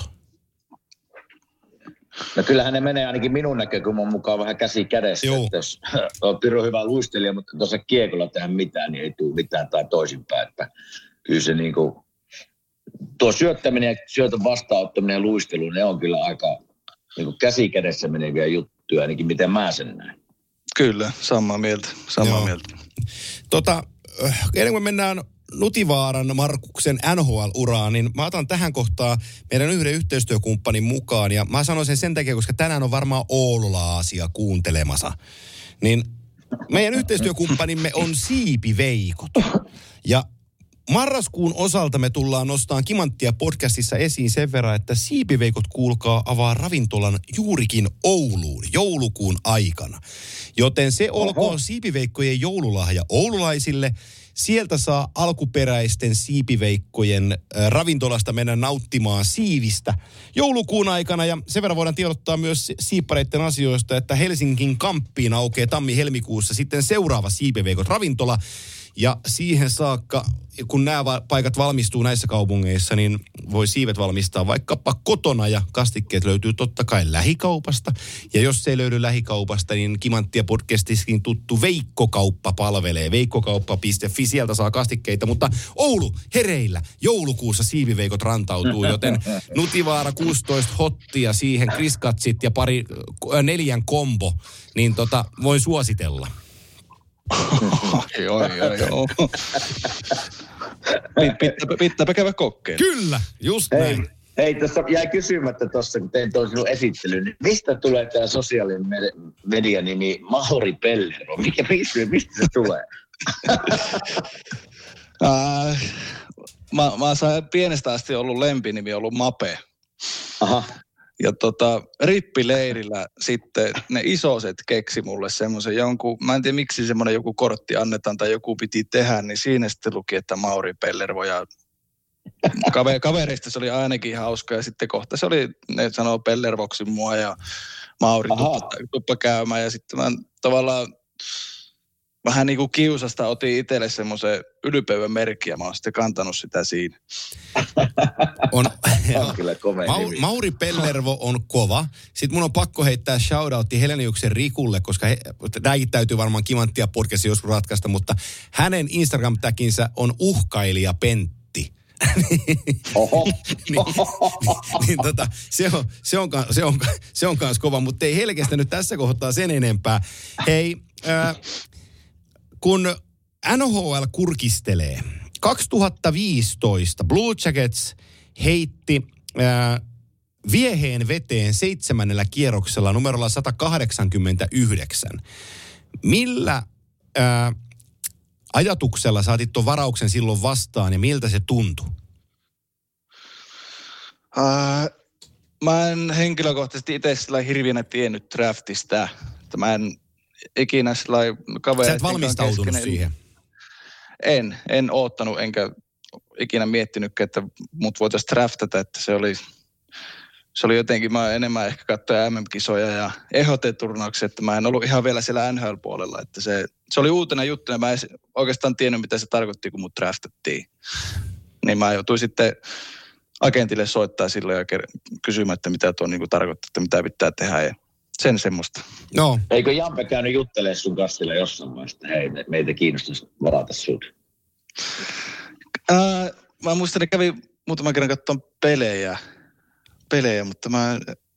[SPEAKER 6] No kyllähän ne menee ainakin minun näkökulman mukaan vähän käsi kädessä. Että jos on pirun hyvä luistelija, mutta tuossa kiekolla tehdä mitään, niin ei tule mitään tai toisinpäin. Että kyllä se niin kuin, tuo syöttäminen ja syötön vastaanottaminen ja luistelu, ne on kyllä aika niin kuin käsi kädessä meneviä juttuja, ainakin miten mä sen näen.
[SPEAKER 1] Kyllä, samaa mieltä, samaa Joo. mieltä.
[SPEAKER 5] Tota, ennen kuin mennään Nutivaaran Markuksen N H L-uraan, niin mä otan tähän kohtaan meidän yhden yhteistyökumppanin mukaan. Ja mä sanon sen sen takia, koska tänään on varmaan Oulula-asia kuuntelemassa. Niin meidän yhteistyökumppanimme on Siipiveikot. Ja marraskuun osalta me tullaan nostamaan Kimanttia podcastissa esiin sen verran, että Siipiveikot kuulkaa avaa ravintolan juurikin Ouluun joulukuun aikana. Joten se olkoon Siipiveikkojen joululahja oululaisille. Sieltä saa alkuperäisten siipiveikkojen äh, ravintolasta mennä nauttimaan siivistä joulukuun aikana. Ja sen verran voidaan tiedottaa myös siippareiden asioista, että Helsingin Kamppiin aukeaa tammi-helmikuussa sitten seuraava Siipiveikot ravintola. Ja siihen saakka, kun nämä paikat valmistuu näissä kaupungeissa, niin voi siivet valmistaa vaikkapa kotona ja kastikkeet löytyy totta kai lähikaupasta. Ja jos se ei löydy lähikaupasta, niin Kimanttia podcastissakin tuttu Veikkokauppa palvelee. Veikkokauppa piste fi, sieltä saa kastikkeita. Mutta Oulu hereillä, joulukuussa siipiveikot rantautuu, joten Nutivaara kuusitoista hottia, siihen kriskatsit ja pari neljän kombo, niin tota voin suositella.
[SPEAKER 1] Joo, joo, joo. Pitääpä, pitääpä käydä kokeen.
[SPEAKER 5] Kyllä, just
[SPEAKER 6] hei,
[SPEAKER 5] näin.
[SPEAKER 6] Hei, tuossa jäi kysymättä tuossa, kun tein tuon sinun esittelyn, niin mistä tulee tämä sosiaalinen median nimi Mauri Pellero? Mikä, mistä, mistä se tulee?
[SPEAKER 1] äh, mä, mä sain pienestä asti ollut lempinimi, ollut Mape.
[SPEAKER 6] Aha.
[SPEAKER 1] Ja tota, rippileirillä sitten ne isoset keksi mulle semmoisen jonkun, mä en tiedä miksi semmoinen joku kortti annetaan tai joku piti tehdä, niin siinä sitten luki, että Mauri Pellervo ja Kave, kavereista se oli ainakin hauska ja sitten kohta se oli, ne sanoo Pellervoksi mua ja Mauri tuppa, tuppa käymään ja sitten mä tavallaan vähän niin kuin kiusasta otin itselle semmoisen ylpeyden merkki ja mä oon sitten kantanut sitä siinä.
[SPEAKER 5] On,
[SPEAKER 6] on kyllä komea
[SPEAKER 5] Mau, Mauri Pellervo on kova. Sitten mun on pakko heittää shoutoutti Heleniuksen Rikulle, koska he, tämäkin täytyy varmaan Kimanttia podcastin joskus ratkaista, mutta hänen Instagram-täkinsä on uhkailija Pentti.
[SPEAKER 6] Oho.
[SPEAKER 5] niin, niin, niin tota, se on, se on, se on, se on kans kova, mutta ei Helkestä nyt tässä kohtaa sen enempää. Hei, äh, kun N H L kurkistelee, kaksituhattaviisitoista Blue Jackets heitti äh, vieheen veteen seitsemännellä kierroksella numerolla sata kahdeksankymmentäyhdeksän. Millä äh, ajatuksella saatit tuon varauksen silloin vastaan ja miltä se tuntui?
[SPEAKER 1] Uh, mä en henkilökohtaisesti itse sillä hirviänä tiennyt draftista. Mä en ikinä sillä kavereiden
[SPEAKER 5] Sä et valmistautunut keskinen. Siihen?
[SPEAKER 1] En, en oottanut enkä ikinä miettinytkään, että mut voitaisiin draftata, että se oli, se oli jotenkin, mä enemmän ehkä katsoin M M-kisoja ja E H T-turnauksia, että mä en ollut ihan vielä siellä N H L-puolella, että se, se oli uutena juttuna, mä en oikeastaan tiennyt, mitä se tarkoitti, kun mut draftattiin. Niin mä joutuin sitten agentille soittaa silloin ja kysymään, että mitä tuo niin tarkoittaa, että mitä pitää tehdä ja sen semmoista.
[SPEAKER 5] No.
[SPEAKER 6] Eikö Jampe käynyt juttelemaan sun kanssa jossain vaiheessa, että hei, meitä kiinnostaisi varata sut?
[SPEAKER 1] Ää, mä muistan, että kävin muutaman kerran katsomaan pelejä, pelejä, mutta mä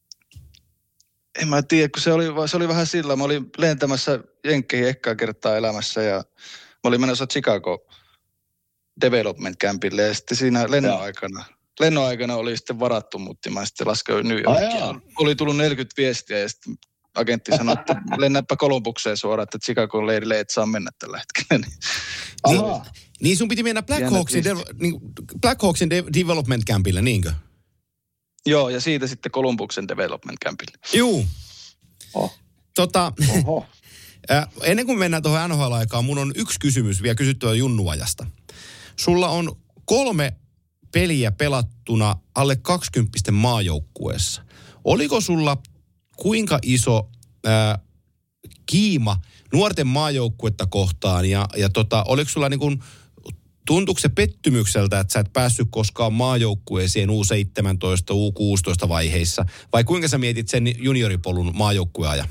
[SPEAKER 1] en mä tiedä, kun se oli, se oli vähän sillä. Mä olin lentämässä Jenkkeihin ekkaa kertaa elämässä ja mä olin menossa Chicago Development Campille ja sitten siinä lennon aikana, lennon aikana oli sitten varattu, mutta mä sitten laskein New Yorkia. Oli tullut neljäkymmentä viestiä ja sitten agentti sanoi, että lennäpä Kolumbukseen suoraan, että Chicagon leirille et saa mennä tällä hetkellä.
[SPEAKER 5] Niin, niin sun piti mennä Black Hawksin, de, niin Black Hawksin de, Development Campille, niinkö?
[SPEAKER 1] Joo, ja siitä sitten Columbuksen Development Campille.
[SPEAKER 5] Juu.
[SPEAKER 6] Oh.
[SPEAKER 5] Tota, äh, ennen kuin mennään tuohon N H L-aikaan, mun on yksi kysymys vielä kysyttävä Junnuajasta. Sulla on kolme peliä pelattuna alle kaksikymppisten maajoukkueessa. Oliko sulla kuinka iso äh, kiima nuorten maajoukkuetta kohtaan ja, ja tota, oliko sulla niin kuin, tuntuuko se pettymykseltä, että sä et päässyt koskaan maajoukkueeseen U seitsemäntoista, U kuusitoista vaiheissa vai kuinka sä mietit sen junioripolun maajoukkueajan?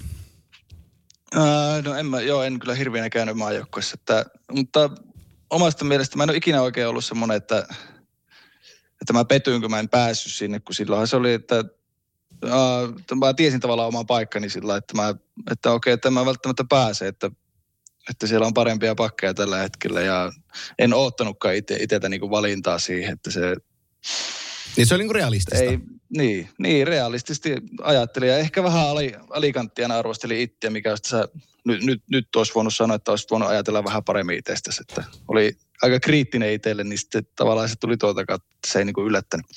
[SPEAKER 1] Äh, no en mä, joo, en kyllä hirveänä käynyt maajoukkueessa, että, mutta omasta mielestä mä en ole ikinä oikein ollut semmoinen, että, että mä petyin, kun mä en päässyt sinne, kun silloinhan se oli, että Uh, mä tiesin tavallaan oman paikkani sillä, että, mä, että okei, että en mä välttämättä pääse, että, että siellä on parempia pakkeja tällä hetkellä ja en oottanutkaan ite, itetä niinku valintaa siihen, että se...
[SPEAKER 5] Niin se oli niinku realistista.
[SPEAKER 1] Ei, niin, niin, realistisesti ajattelin ja ehkä vähän ali, alikanttiana arvostelin itseä, mikä olisi tässä, nyt, nyt, nyt olisi voinut sanoa, että olisi voinut ajatella vähän paremmin itsestäsi, että oli aika kriittinen itselle, niin sitten tavallaan se tuli tuolta kautta, että se ei niinku yllättänyt.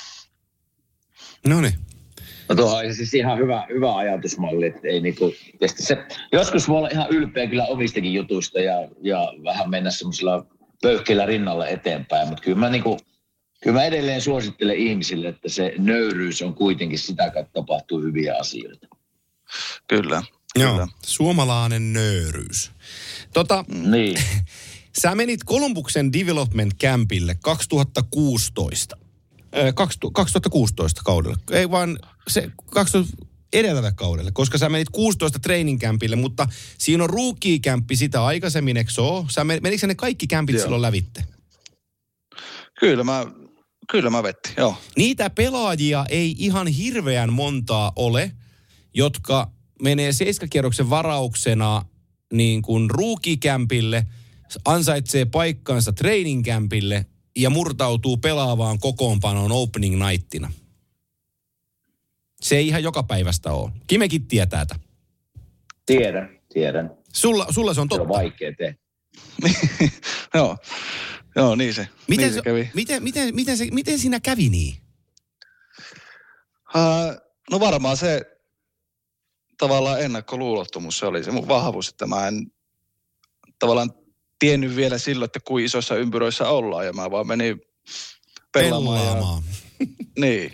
[SPEAKER 5] No niin.
[SPEAKER 6] No tuohon on siis ihan hyvä, hyvä ajatusmalli, että ei niinku, se, joskus voi olla ihan ylpeä kyllä omistakin jutuista ja, ja vähän mennä semmoisella pöyhkeillä rinnalla eteenpäin, mutta kyllä mä, niinku, kyllä mä edelleen suosittelen ihmisille, että se nöyryys on kuitenkin sitä, että tapahtuu hyviä asioita.
[SPEAKER 1] Kyllä.
[SPEAKER 5] Joo,
[SPEAKER 1] kyllä.
[SPEAKER 5] Suomalainen nöyryys. Tota,
[SPEAKER 6] niin.
[SPEAKER 5] Sä menit Columbuksen Development Campille kaksituhattakuusitoista. kaksituhattakuusitoista kaudella. Ei vaan se kaksituhatta edeltävä kaudelle, koska sä menit kuusitoista training campille, mutta siinä on rookie campi sitä aikaisemmin, eikö se ole? Sä men, menikö ne kaikki campit joo. silloin lävitte?
[SPEAKER 1] Kyllä mä, kyllä mä vettin, joo.
[SPEAKER 5] Niitä pelaajia ei ihan hirveän montaa ole, jotka menee seiskakierroksen varauksena niin kuin rookie campille, ansaitsee paikkansa training campille ja murtautuu pelaavaan kokoonpanoon opening nightina. Se ei ihan joka päivästä ole. Kimekin tietää tätä.
[SPEAKER 6] Tiedän, tiedän.
[SPEAKER 5] Sulla, sulla se on totta.
[SPEAKER 6] Se on vaikea tehdä.
[SPEAKER 1] Joo. Joo, niin se,
[SPEAKER 5] miten
[SPEAKER 1] niin se kävi.
[SPEAKER 5] Miten, miten, miten, se, miten siinä kävi niin?
[SPEAKER 1] Uh, no varmaan se tavallaan ennakkoluulottomuus, se oli se mun vahvuus, että mä en tavallaan tiennyt vielä silloin, että kuin isoissa ympyröissä ollaan ja mä vaan menin pelaamaan.
[SPEAKER 5] pelaamaan.
[SPEAKER 1] Ja, niin.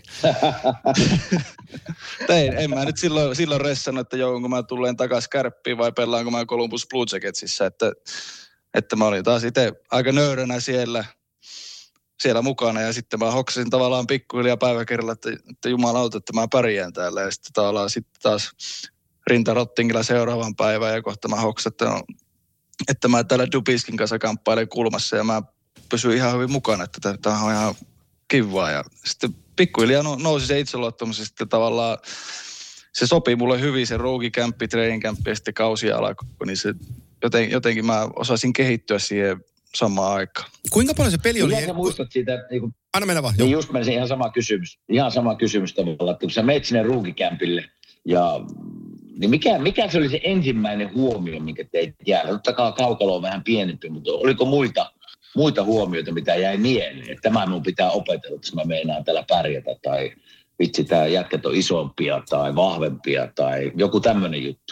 [SPEAKER 1] Tein, en mä nyt silloin, silloin ressannut, että joudunko mä tulen takaisin Kärppiin vai pelaanko mä Columbus Blue Jacketsissa, että, että mä olin taas itse aika nöyränä siellä, siellä mukana ja sitten mä hoksasin tavallaan pikkuhiljaa päiväkerralla, että, että jumalauta, että mä pärjään täällä ja sitten tavallaan sitten taas rintarottingilla seuraavan päivän ja kohta mä hoksasin, että, no, että mä täällä Dubiskin kanssa kamppailen kulmassa ja mä pysyin ihan hyvin mukana, että tämä on ihan kivaa ja sitten pikkuhiljaa nousi se itseluottamus ja sitten tavallaan se sopii mulle hyvin se ruukikämppi, treeninkämppi ja sitten kausi alkoi, niin se joten, jotenkin mä osasin kehittyä siihen samaan aikaan.
[SPEAKER 5] Kuinka paljon se peli oli?
[SPEAKER 6] Mitä sä muistat siitä? Niin kun,
[SPEAKER 5] Anna mennä vaan.
[SPEAKER 6] Niin just menisin ihan sama kysymys. Ihan sama kysymys tavallaan, että kun sä menet sinne ruukikämpille ja niin mikä, mikä se oli se ensimmäinen huomio, minkä teit jäädä? Totta kai kaukalo on vähän pienempi, mutta oliko muita, muita huomioita, mitä jäi mieleen? Että tämä minun pitää opetella, että mä meinaan täällä pärjätä tai vitsi, tämä jätkät on isompia tai vahvempia tai joku tämmöinen juttu.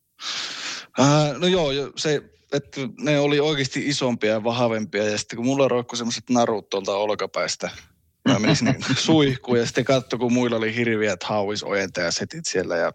[SPEAKER 1] Äh, no joo, se, että ne oli oikeasti isompia ja vahvempia ja sitten kun mulla roikkui semmoiset narut tuolta olkapäistä, mä menin sinne suihkuun ja sitten katso, kun muilla oli hirviät hauisojentajat siellä ja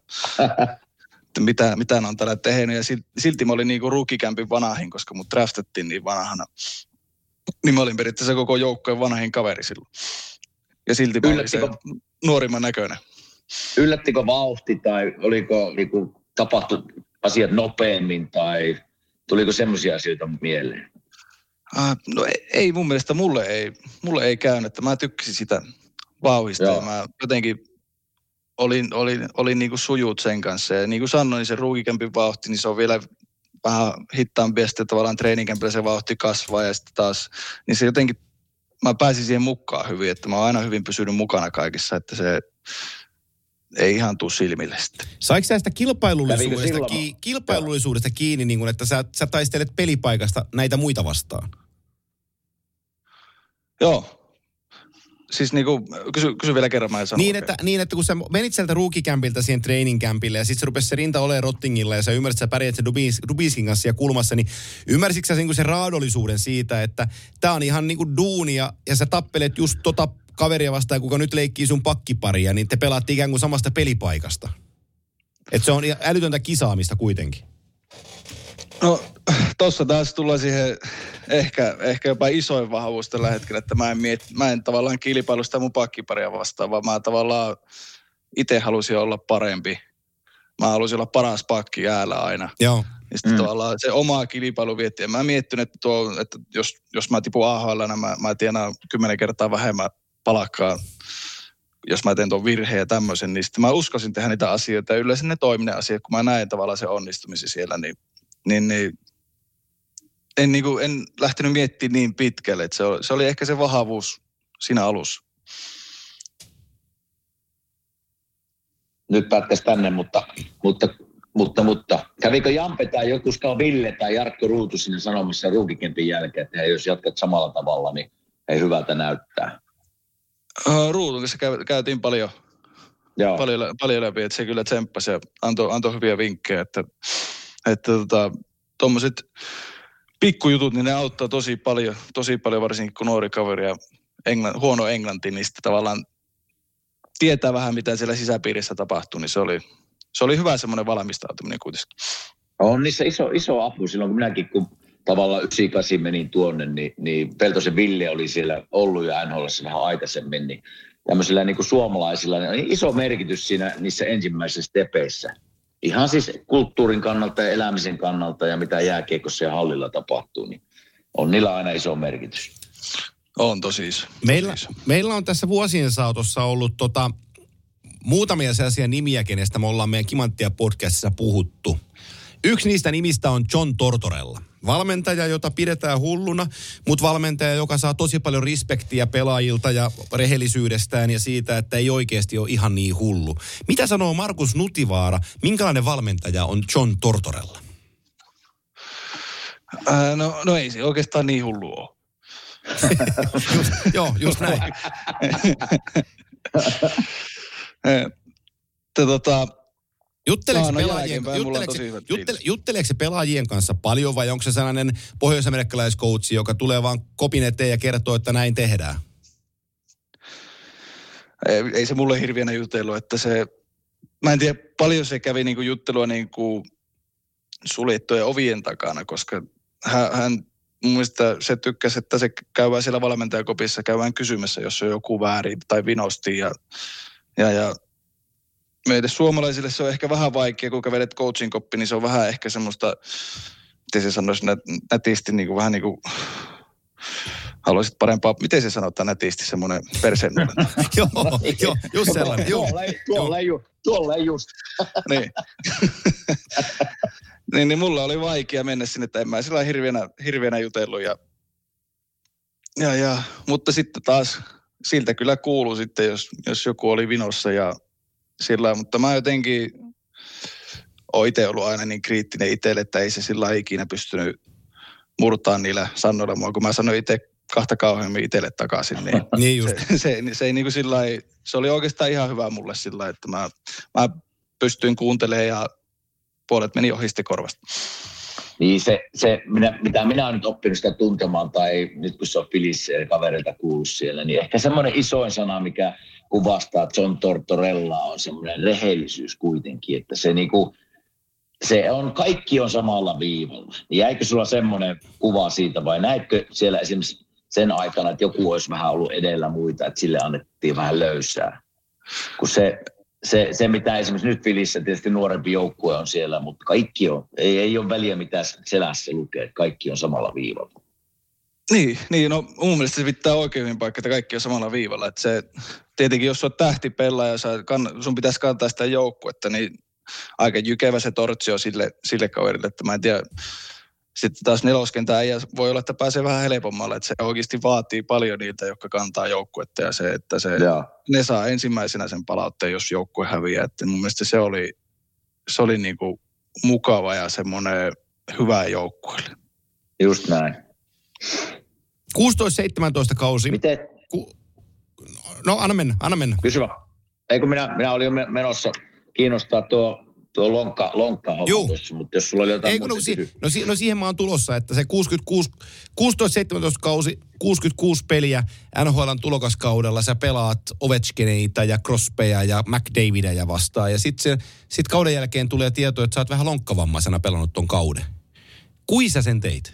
[SPEAKER 1] mitä, mitä ne on täällä tehnyt. Ja silti mä olin niinku ruukikämpin vanhin, koska mut draftettiin niin vanhana. Niin mä olin periaatteessa koko joukkojen vanhin kaveri silloin. Ja silti mä olin se nuorimman näköinen.
[SPEAKER 6] Yllättikö vauhti tai oliko niinku, tapahtui asiat nopeammin tai tuliko semmoisia asioita mieleen?
[SPEAKER 1] Uh, no ei, ei mun mielestä, mulle ei, mulle ei käynyt, että mä tykkäsin sitä vauhista ja mä jotenkin olin, olin, olin niin kuin sujut sen kanssa ja niin kuin sanoin, niin se ruukikämpin vauhti, niin se on vielä vähän hittaampi ja sitten tavallaan treenikämpillä se vauhti kasvaa ja sitten taas, niin se jotenkin, mä pääsin siihen mukaan hyvin, että mä oon aina hyvin pysynyt mukana kaikissa, että se ei ihan tuu silmille sitten.
[SPEAKER 5] Saiko sä sitä kilpailullisuudesta, ki, kilpailullisuudesta kiinni, niin kun, että sä, sä taistelet pelipaikasta näitä muita vastaan?
[SPEAKER 1] Joo. Siis niinku, kysy, kysy vielä kerran, mä en sano.
[SPEAKER 5] Niin että, niin, että kun sä menit sieltä ruukikämpiltä siihen treeninkämpille ja sitten se rupesi se rinta olemaan rottingilla ja sä ymmärsit, että sä pärjät sen Dubis, Dubiskin kanssa ja kulmassa, niin ymmärsitkö sä niinku sen raadollisuuden siitä, että tää on ihan niinku duunia ja sä tappelet just tota kaveria vastaan, kuka nyt leikkii sun pakkiparia, niin te pelaatte ikään kuin samasta pelipaikasta. Että se on älytöntä kisaamista kuitenkin.
[SPEAKER 1] No, tossa taas tullaan siihen ehkä, ehkä jopa isoin vahvuus tällä hetkellä, että mä en, miet, mä en tavallaan kilpailu sitä mun pakkiparia vastaan, vaan mä tavallaan itse halusin olla parempi. Mä halusin olla paras pakki jäällä aina.
[SPEAKER 5] Joo.
[SPEAKER 1] Ja sitten mm. tavallaan se omaa kilpailu vietti. Ja mä miettinyt, että, tuo, että jos, jos mä tipun A H L:nä, mä, mä tienaan kymmenen kertaa vähemmän palakkaa, jos mä teen tuon virheen ja tämmöisen, niin sitten mä uskoisin tehdä niitä asioita. Ja yleensä ne toimii ne asiat, kun mä näen tavallaan se onnistumisi siellä, niin, niin, niin en, niin kuin, en lähtenyt miettimään niin pitkälle. Että se, oli, se oli ehkä se vahvuus siinä alussa.
[SPEAKER 6] Nyt pätkäs tänne, mutta, mutta, mutta, mutta kävikö Jampe tai joku Ska Ville tai Jarkko Ruutu sinne sanomassa ruukikenttin jälkeen, että jos jatkat samalla tavalla, niin ei hyvältä näyttää?
[SPEAKER 1] Ruutun kanssa käytiin paljon, paljon, paljon läpi, että se kyllä tsemppasi ja antoi, antoi hyviä vinkkejä, että, että tota, tuommoiset pikkujutut, niin ne auttaa tosi paljon, tosi paljon varsinkin kun nuori kaveri ja englanti, huono englanti, niin sitten tavallaan tietää vähän, mitä siellä sisäpiirissä tapahtuu, niin se oli, se oli hyvä semmoinen valmistautuminen kuitenkin.
[SPEAKER 6] On niissä iso, iso apu silloin, kun minäkin, kun tavallaan yhdeksänkymmentäkahdeksan menin tuonne, niin, niin Peltosen Ville oli siellä ollut ja N H L:ssä vähän aikaisemmin, niin tämmöisillä niin kuin suomalaisilla niin iso merkitys siinä niissä ensimmäisissä stepeissä. Ihan siis kulttuurin kannalta ja elämisen kannalta ja mitä jääkiekossa ja hallilla tapahtuu, niin on niillä aina iso merkitys.
[SPEAKER 1] On tosi iso.
[SPEAKER 5] Meillä, meillä on tässä vuosien saatossa ollut tota, muutamia sellaisia nimiä, kenestä me ollaan meidän Kimanttia podcastissa puhuttu. Yksi niistä nimistä on John Tortorella. Valmentaja, jota pidetään hulluna, mutta valmentaja, joka saa tosi paljon respektiä pelaajilta ja rehellisyydestään ja siitä, että ei oikeasti ole ihan niin hullu. Mitä sanoo Markus Nutivaara? Minkälainen valmentaja on John Tortorella?
[SPEAKER 1] Ää, no, no ei se oikeastaan niin hullu ole.
[SPEAKER 5] just, joo, just näin.
[SPEAKER 1] Te, tota,
[SPEAKER 5] Jutteleeko,
[SPEAKER 1] no,
[SPEAKER 5] pelaajien,
[SPEAKER 1] no,
[SPEAKER 5] jutteleeko, juttele, jutteleeko se pelaajien kanssa paljon vai onko se sellainen pohjois-amerikkalaiskoutsi, joka tulee vaan kopin eteen ja kertoo, että näin tehdään?
[SPEAKER 1] Ei, ei se mulle hirveänä jutellut, että se, mä en tiedä paljon se kävi niinku juttelua niinku suljettujen ovien takana, koska hän, hän mun mielestä se tykkäsi, että se käydään siellä valmentajakopissa, käydään kysymässä, jos on joku väärin tai vinosti ja, ja, ja meille suomalaisille se on ehkä vähän vaikea, kun kävelet coaching koppi, niin se on vähän ehkä semmoista, miten se sanoisi nätisti, niin kuin vähän niin kuin, haluaisit parempaa, miten se sanotaan nätisti, semmoinen perseennuoli.
[SPEAKER 5] Joo, joo, just sellainen.
[SPEAKER 6] Tuolle just.
[SPEAKER 1] Niin. niin, niin mulla oli vaikea mennä sinne, että en mä sillä hirveänä, hirveänä jutellut. Ja, ja, ja, mutta sitten taas siltä kyllä kuului sitten, jos, jos joku oli vinossa ja sillä, mutta mä jotenkin oon itse ollut aina niin kriittinen itselle, että ei se sillä ikinä pystynyt murtaa niillä sanoilla mua, kun mä sanoin itse kahta kauheammin itselle takaisin, niin,
[SPEAKER 5] niin just.
[SPEAKER 1] Se, se, se, ei niin kuin sillä se oli oikeastaan ihan hyvä mulle sillä että mä, mä pystyin kuuntelemaan ja puolet meni ohisti korvasta.
[SPEAKER 6] Niin se, se minä, mitä minä olen nyt oppinut sitä tuntemaan, tai nyt kun se on Filissä ja kavereilta kuullut siellä, niin ehkä semmoinen isoin sana, mikä kuvastaa John Tortorella, on semmoinen rehellisyys kuitenkin, että se niinku, se on, kaikki on samalla viivalla. Niin jäikö sulla semmoinen kuva siitä, vai näetkö siellä esimerkiksi sen aikana, että joku olisi vähän ollut edellä muita, että sille annettiin vähän löysää? Kun se, se, se mitä esimerkiksi nyt Filissä, tietysti nuorempi joukkue on siellä, mutta kaikki on, ei, ei ole väliä mitä selässä lukee, että kaikki on samalla viivalla.
[SPEAKER 1] Niin, niin, no mun mielestä se pitää oikein hyvin paikka, että kaikki on samalla viivalla. Että se, tietenkin jos olet tähtipelaaja ja sun pitäisi kantaa sitä joukkuetta, niin aika jykevä se tortsi on sille, sille kaverille, että mä en tiedä. Sitten taas neloskentää ei voi olla, että pääsee vähän helpommalle, että se oikeasti vaatii paljon niiltä, jotka kantaa joukkuetta ja se, että se, ne saa ensimmäisenä sen palautteen, jos joukkue häviää. Että mun mielestä se oli, se oli niinku mukava ja semmoinen hyvä joukkueelle.
[SPEAKER 6] Just näin.
[SPEAKER 5] kuusitoista seitsemäntoista kausi.
[SPEAKER 6] Miten?
[SPEAKER 5] Ku... No, anna mennä, anna mennä.
[SPEAKER 6] Kysy vaan. Eikö minä, minä olin jo menossa kiinnostaa tuo, tuo lonkka, lonkka tuossa, mutta jos sulla oli jotain
[SPEAKER 5] Eikö, no, si- no, si- no siihen mä oon tulossa, että se kuusikymmentäkuusi, kuusitoista seitsemäntoista kausi, kuusikymmentäkuusi peliä N H L:n tulokaskaudella, sä pelaat Ovechkineita ja Crosbya ja McDavidia vastaan, ja sitten sit kauden jälkeen tulee tieto, että sä oot vähän lonkkavammaisena pelannut ton kauden. Kui sä sen teit?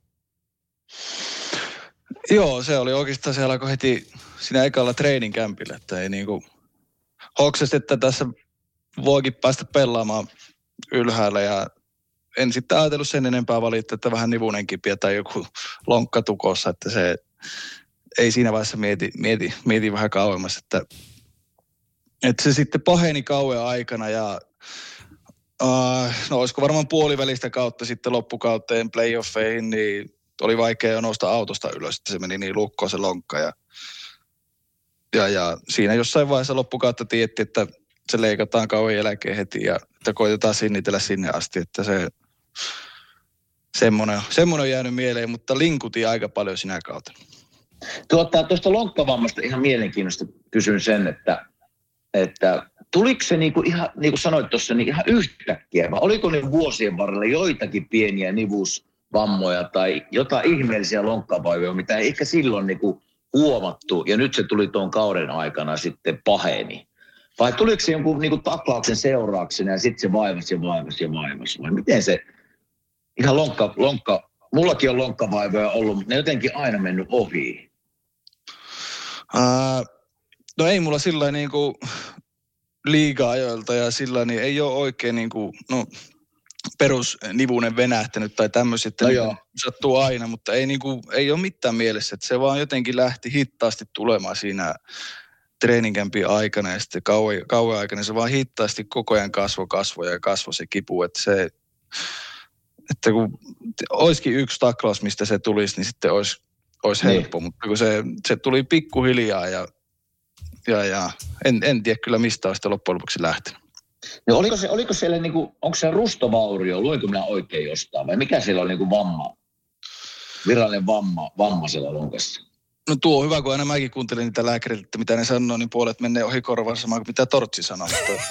[SPEAKER 1] Joo, se oli oikeastaan, se alkoi heti siinä ekalla treeninkämpillä, että ei niinku hoksasi, että tässä voikin päästä pelaamaan ylhäällä ja en sitten ajatellut sen enempää valittaa, että vähän nivunen kipiä tai joku lonkka tukossa, että se ei siinä vaiheessa mieti, mieti, mieti vähän kauemmas, että, että se sitten paheni kauan aikana ja uh, no olisiko varmaan puolivälistä kautta sitten loppukauteen playoffeihin, niin oli vaikea nousta autosta ylös, että se meni niin lukkoon se lonkka ja, ja, ja siinä jossain vaiheessa loppukautta tietti, että se leikataan kauan jälkeen heti ja että koitetaan sinnitellä sinne asti, että se semmoinen, semmoinen on jäänyt mieleen, mutta linkutin aika paljon sinä kautta.
[SPEAKER 6] Tuota, tuosta lonkkavammasta ihan mielenkiinnosta kysyn sen, että, että tuliko se niinku ihan, niin kuin sanoit tuossa, niin ihan yhtäkkiä, vai oliko ne vuosien varrella joitakin pieniä nivusvammoja tai jotain ihmeellisiä lonkkavaivoja, mitä ei ehkä silloin niinku huomattu, ja nyt se tuli tuon kauden aikana sitten paheni? Vai tuliko se jonkun niinku taklauksen seurauksena ja sitten se vaivasi ja vaivasi ja vaivasi? Vai miten se ihan lonkka, lonkka, mullakin on lonkkavaivoja ollut, mutta ne jotenkin aina mennyt ohi.
[SPEAKER 1] Uh, no ei mulla sillä niinku liiga-ajoilta ja sillä niin ei ole oikein niinku, no perusnivunen venähtänyt tai tämmöisiä, että no sattuu aina, mutta ei, niinku, ei ole mitään mielessä, että se vaan jotenkin lähti hittaasti tulemaan siinä treeninkämpin aikana ja sitten kauan, kauan aikana se vaan hittaasti koko ajan kasvoi, kasvoi ja kasvoi se kipu, että se, että kun olisikin yksi taklaus, mistä se tulisi, niin sitten olisi, olisi helppo, niin. Mutta kun se, se tuli pikkuhiljaa ja, ja, ja en, en tiedä kyllä mistä olisi loppujen lopuksi lähtenyt.
[SPEAKER 6] No oliko, se, oliko siellä niinku, onko se rustovaurio, luinko minä oikein jostain vai mikä siellä on niinku vamma, virallinen vamma, vamma siellä lonkassa?
[SPEAKER 1] No tuo on hyvä, kun aina mäkin kuuntelin niitä lääkäreitä, että mitä ne sanoo, niin puolet menee ohi korvaan samaan kuin mitä Tortsi sanoo.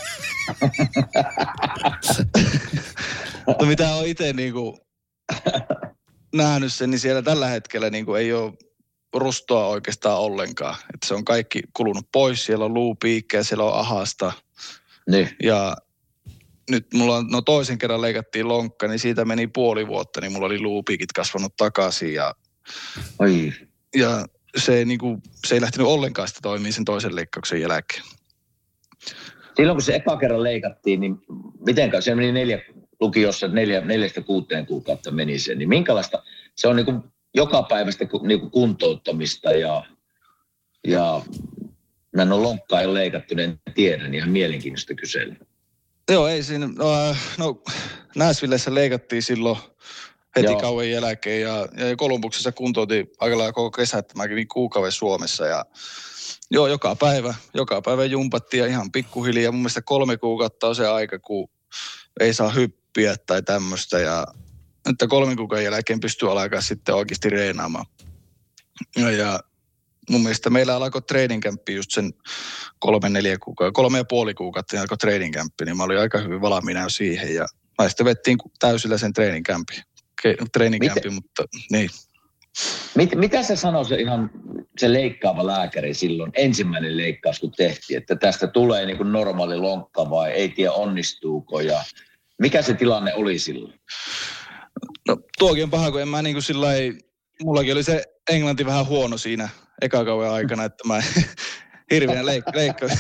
[SPEAKER 1] Mutta mitä on itse niinku nähnyt sen, niin siellä tällä hetkellä niinku ei ole rustoa oikeastaan ollenkaan. Että se on kaikki kulunut pois, siellä on luupiikkejä, siellä on ahasta.
[SPEAKER 6] Niin.
[SPEAKER 1] Ja nyt mulla on, no toisen kerran leikattiin lonkka, niin siitä meni puoli vuotta, niin mulla oli luupiikit kasvanut takaisin ja...
[SPEAKER 6] Oi.
[SPEAKER 1] Ja se ei, niinku, se ei lähtenyt ollenkaan sitä toimia sen toisen leikkauksen jälkeen.
[SPEAKER 6] Silloin kun se eka kerran leikattiin, niin mitenkään se meni neljä lukiossa, neljä, neljästä kuuteen kuukautta meni se, niin minkälaista, se on niinku joka päivästä niinku kuntouttamista ja, ja mä en ole lonkkaa jo leikattu, niin en tiedä, niin ihan mielenkiintoista kysellä.
[SPEAKER 1] Joo, ei siinä, no, no Nashvillessä leikattiin silloin heti Joo. kauan jälkeen ja, ja Kolumbuksessa kuntoutin aika lailla koko kesä, että mä kävin kuukauden Suomessa ja joo, joka päivä, joka päivä jumpattiin ja ihan pikkuhiljaa. Mun mielestä kolme kuukautta on se aika, kun ei saa hyppiä tai tämmöistä ja että kolmen kuukauden jälkeen pystyy alkaa sitten oikeasti reenaamaan. Ja, ja mun mielestä meillä alkoi training campi just sen kolme, neljä kuukautta, kolme ja puoli kuukautta alkoi training campi, niin mä olin aika hyvin valmiina jo siihen ja mä sitten vettiin täysillä sen training campi. Training campi, mutta niin.
[SPEAKER 6] Mit, mitä se sanoi se ihan se leikkaava lääkäri silloin, ensimmäinen leikkaus kun tehtiin, että tästä tulee niin kuin normaali lonkka vai ei tiedä onnistuuko ja mikä se tilanne oli silloin?
[SPEAKER 1] No tuokin on paha, kun en mä niin kuin sillä ei, mullakin oli se englanti vähän huono siinä eka kauden aikana, että mä hirveän leik- leikkaus.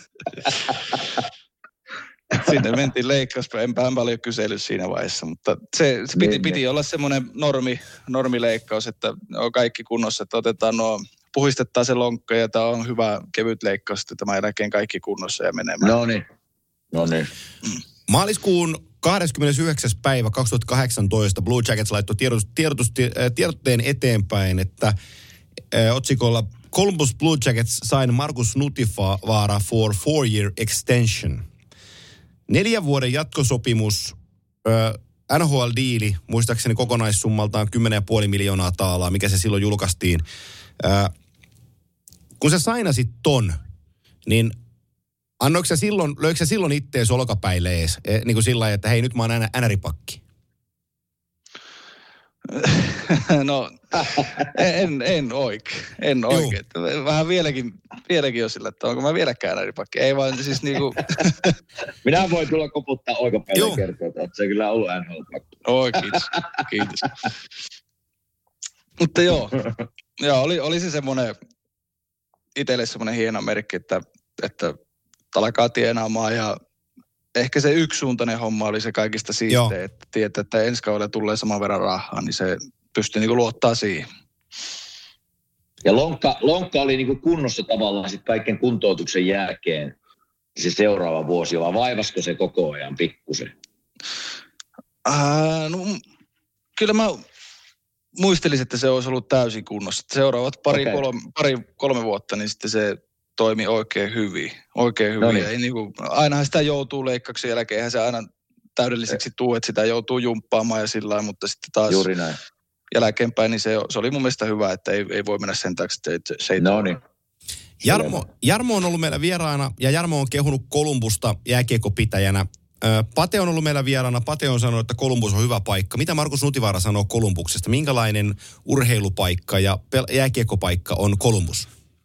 [SPEAKER 1] Sinne mentiin leikkaus, enpä paljon kysellyt siinä vaiheessa, mutta se, se piti, piti olla semmoinen normi, normileikkaus, että on kaikki kunnossa, että otetaan nuo, puhistetaan se lonkka ja tämä on hyvä kevyt leikkaus, että tämän jälkeen kaikki kunnossa ja menemään.
[SPEAKER 6] No niin, no niin.
[SPEAKER 5] Maaliskuun kahdeskymmenesyhdeksäs päivä kaksituhattakahdeksantoista Blue Jackets laittoi tiedotus, tiedotus, tiedotteen eteenpäin, että äh, otsikolla Columbus Blue Jackets signed Markus Nutivaara for four-year extension. Neljän vuoden jatkosopimus, äh, N H L-diili, muistaakseni kokonaissummaltaan kymmenen pilkku viisi miljoonaa taalaa, mikä se silloin julkaistiin. Äh, kun sä sainasit ton, niin annoiko sä silloin, löikö sä silloin ittees olkapäille ees? Eh, niin kuin sillä lailla, että hei nyt mä oon änäripakki.
[SPEAKER 1] No, en, en oikein. En oikein. Vähän vieläkin, vieläkin on sillä, että onko mä vieläkään äänäripakki. Ei vaan siis niinku...
[SPEAKER 6] Minä voin tulla koputtaa oikapäivän ja kertoa, että se kyllä ollut N H L-pakki.
[SPEAKER 1] Oi, kiitos. Kiitos. Mutta joo, joo oli, oli se semmoinen, itselle semmoinen hieno merkki, että, että alkaa tienaamaan ja ehkä se yksisuuntainen homma oli se kaikista siistein, että tietää, että ensi kaudella tulee saman verran rahaa, niin se pystyy niinku luottaa siihen.
[SPEAKER 6] Ja lonkka, lonkka oli niinku kunnossa tavallaan sitten kaiken kuntoutuksen jälkeen se seuraava vuosi, vai vaivasko se koko ajan pikkusen?
[SPEAKER 1] Äh, no, kyllä mä muistelisin, että se olisi ollut täysin kunnossa. Seuraavat pari, okay. kolme, pari kolme vuotta, niin sitten se toimi oikein hyvin. Oikein hyvin. No niin. Ei niinku, ainahan sitä joutuu leikkauksen jälkeen. Eihän se aina täydelliseksi tule, että sitä joutuu jumppaamaan ja sillä lailla, mutta sitten taas
[SPEAKER 6] juuri näin.
[SPEAKER 1] Jälkeenpäin, niin se, se oli mun mielestä hyvä, että ei, ei voi mennä sen takia, että se ei
[SPEAKER 6] no niin.
[SPEAKER 5] Jarmo, Jarmo on ollut meillä vieraana ja Jarmo on kehunut Kolumbusta jääkiekkopitäjänä. Pate on ollut meillä vieraana. Pate on sanonut, että Columbus on hyvä paikka. Mitä Markus Nutivaara sanoo Columbuksesta? Minkälainen urheilupaikka ja jääkiekkopaikka on Columbus?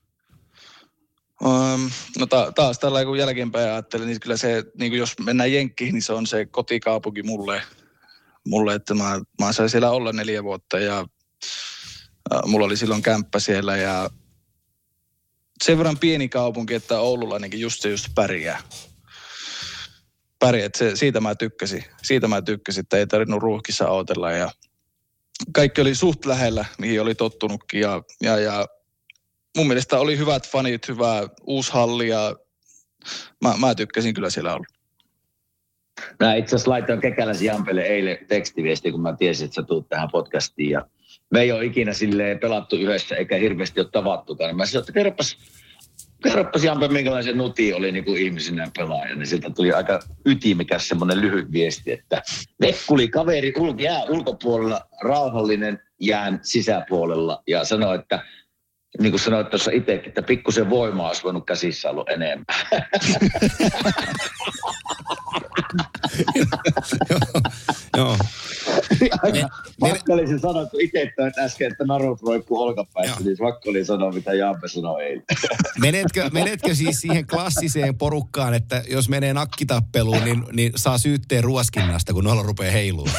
[SPEAKER 1] Um, no ta- taas tällä kun jälkeenpäin ajattelen, niin kyllä se, niin kuin jos mennään Jenkkiin, niin se on se kotikaupunki mulle, mulle että mä, mä sain siellä olla neljä vuotta ja äh, mulla oli silloin kämppä siellä ja sen verran pieni kaupunki, että Oululla ainakin just se just pärjää. Pärjää, että se, siitä mä tykkäsin, siitä mä tykkäsin, että ei tarvinnut ruuhkissa odotella ja kaikki oli suht lähellä, mihin oli tottunutkin ja, ja, ja mun mielestä oli hyvät fanit, hyvä uusi halli ja mä, mä tykkäsin kyllä siellä olla.
[SPEAKER 6] Mä itse asiassa laitoin Kekäläsi Jampelle eilen tekstiviestiä, kun mä tiesin, että sä tuut tähän podcastiin. Ja me ei ole ikinä silleen pelattu yhdessä, eikä hirveästi ole tavattukaan. Mä sanoin, että kerropas, kerropas Jampe, minkälaisen Nuti oli niin kuin ihmisenä pelaaja. Niin sieltä tuli aika ytimikäs semmoinen lyhyt viesti, että Vekkuli kaveri ul- jää ulkopuolella, rauhallinen jään sisäpuolella. Ja sanoi, että niin kuin sanoit tuossa itsekin, että pikkusen voimaa olisi voinut käsissä ollut enemmän.
[SPEAKER 5] Joo.
[SPEAKER 6] Vaikka oli se sanoa, kun itse toit äsken, että narut roikkuu olkapäissä, niin vaikka oli sanoa, mitä Jaape sanoi eilen.
[SPEAKER 5] Menetkö, menetkö siis siihen klassiseen porukkaan, että jos menee nakkitappeluun, niin, niin saa syytteen ruoskinnasta, kun noilla rupeaa heilumaan?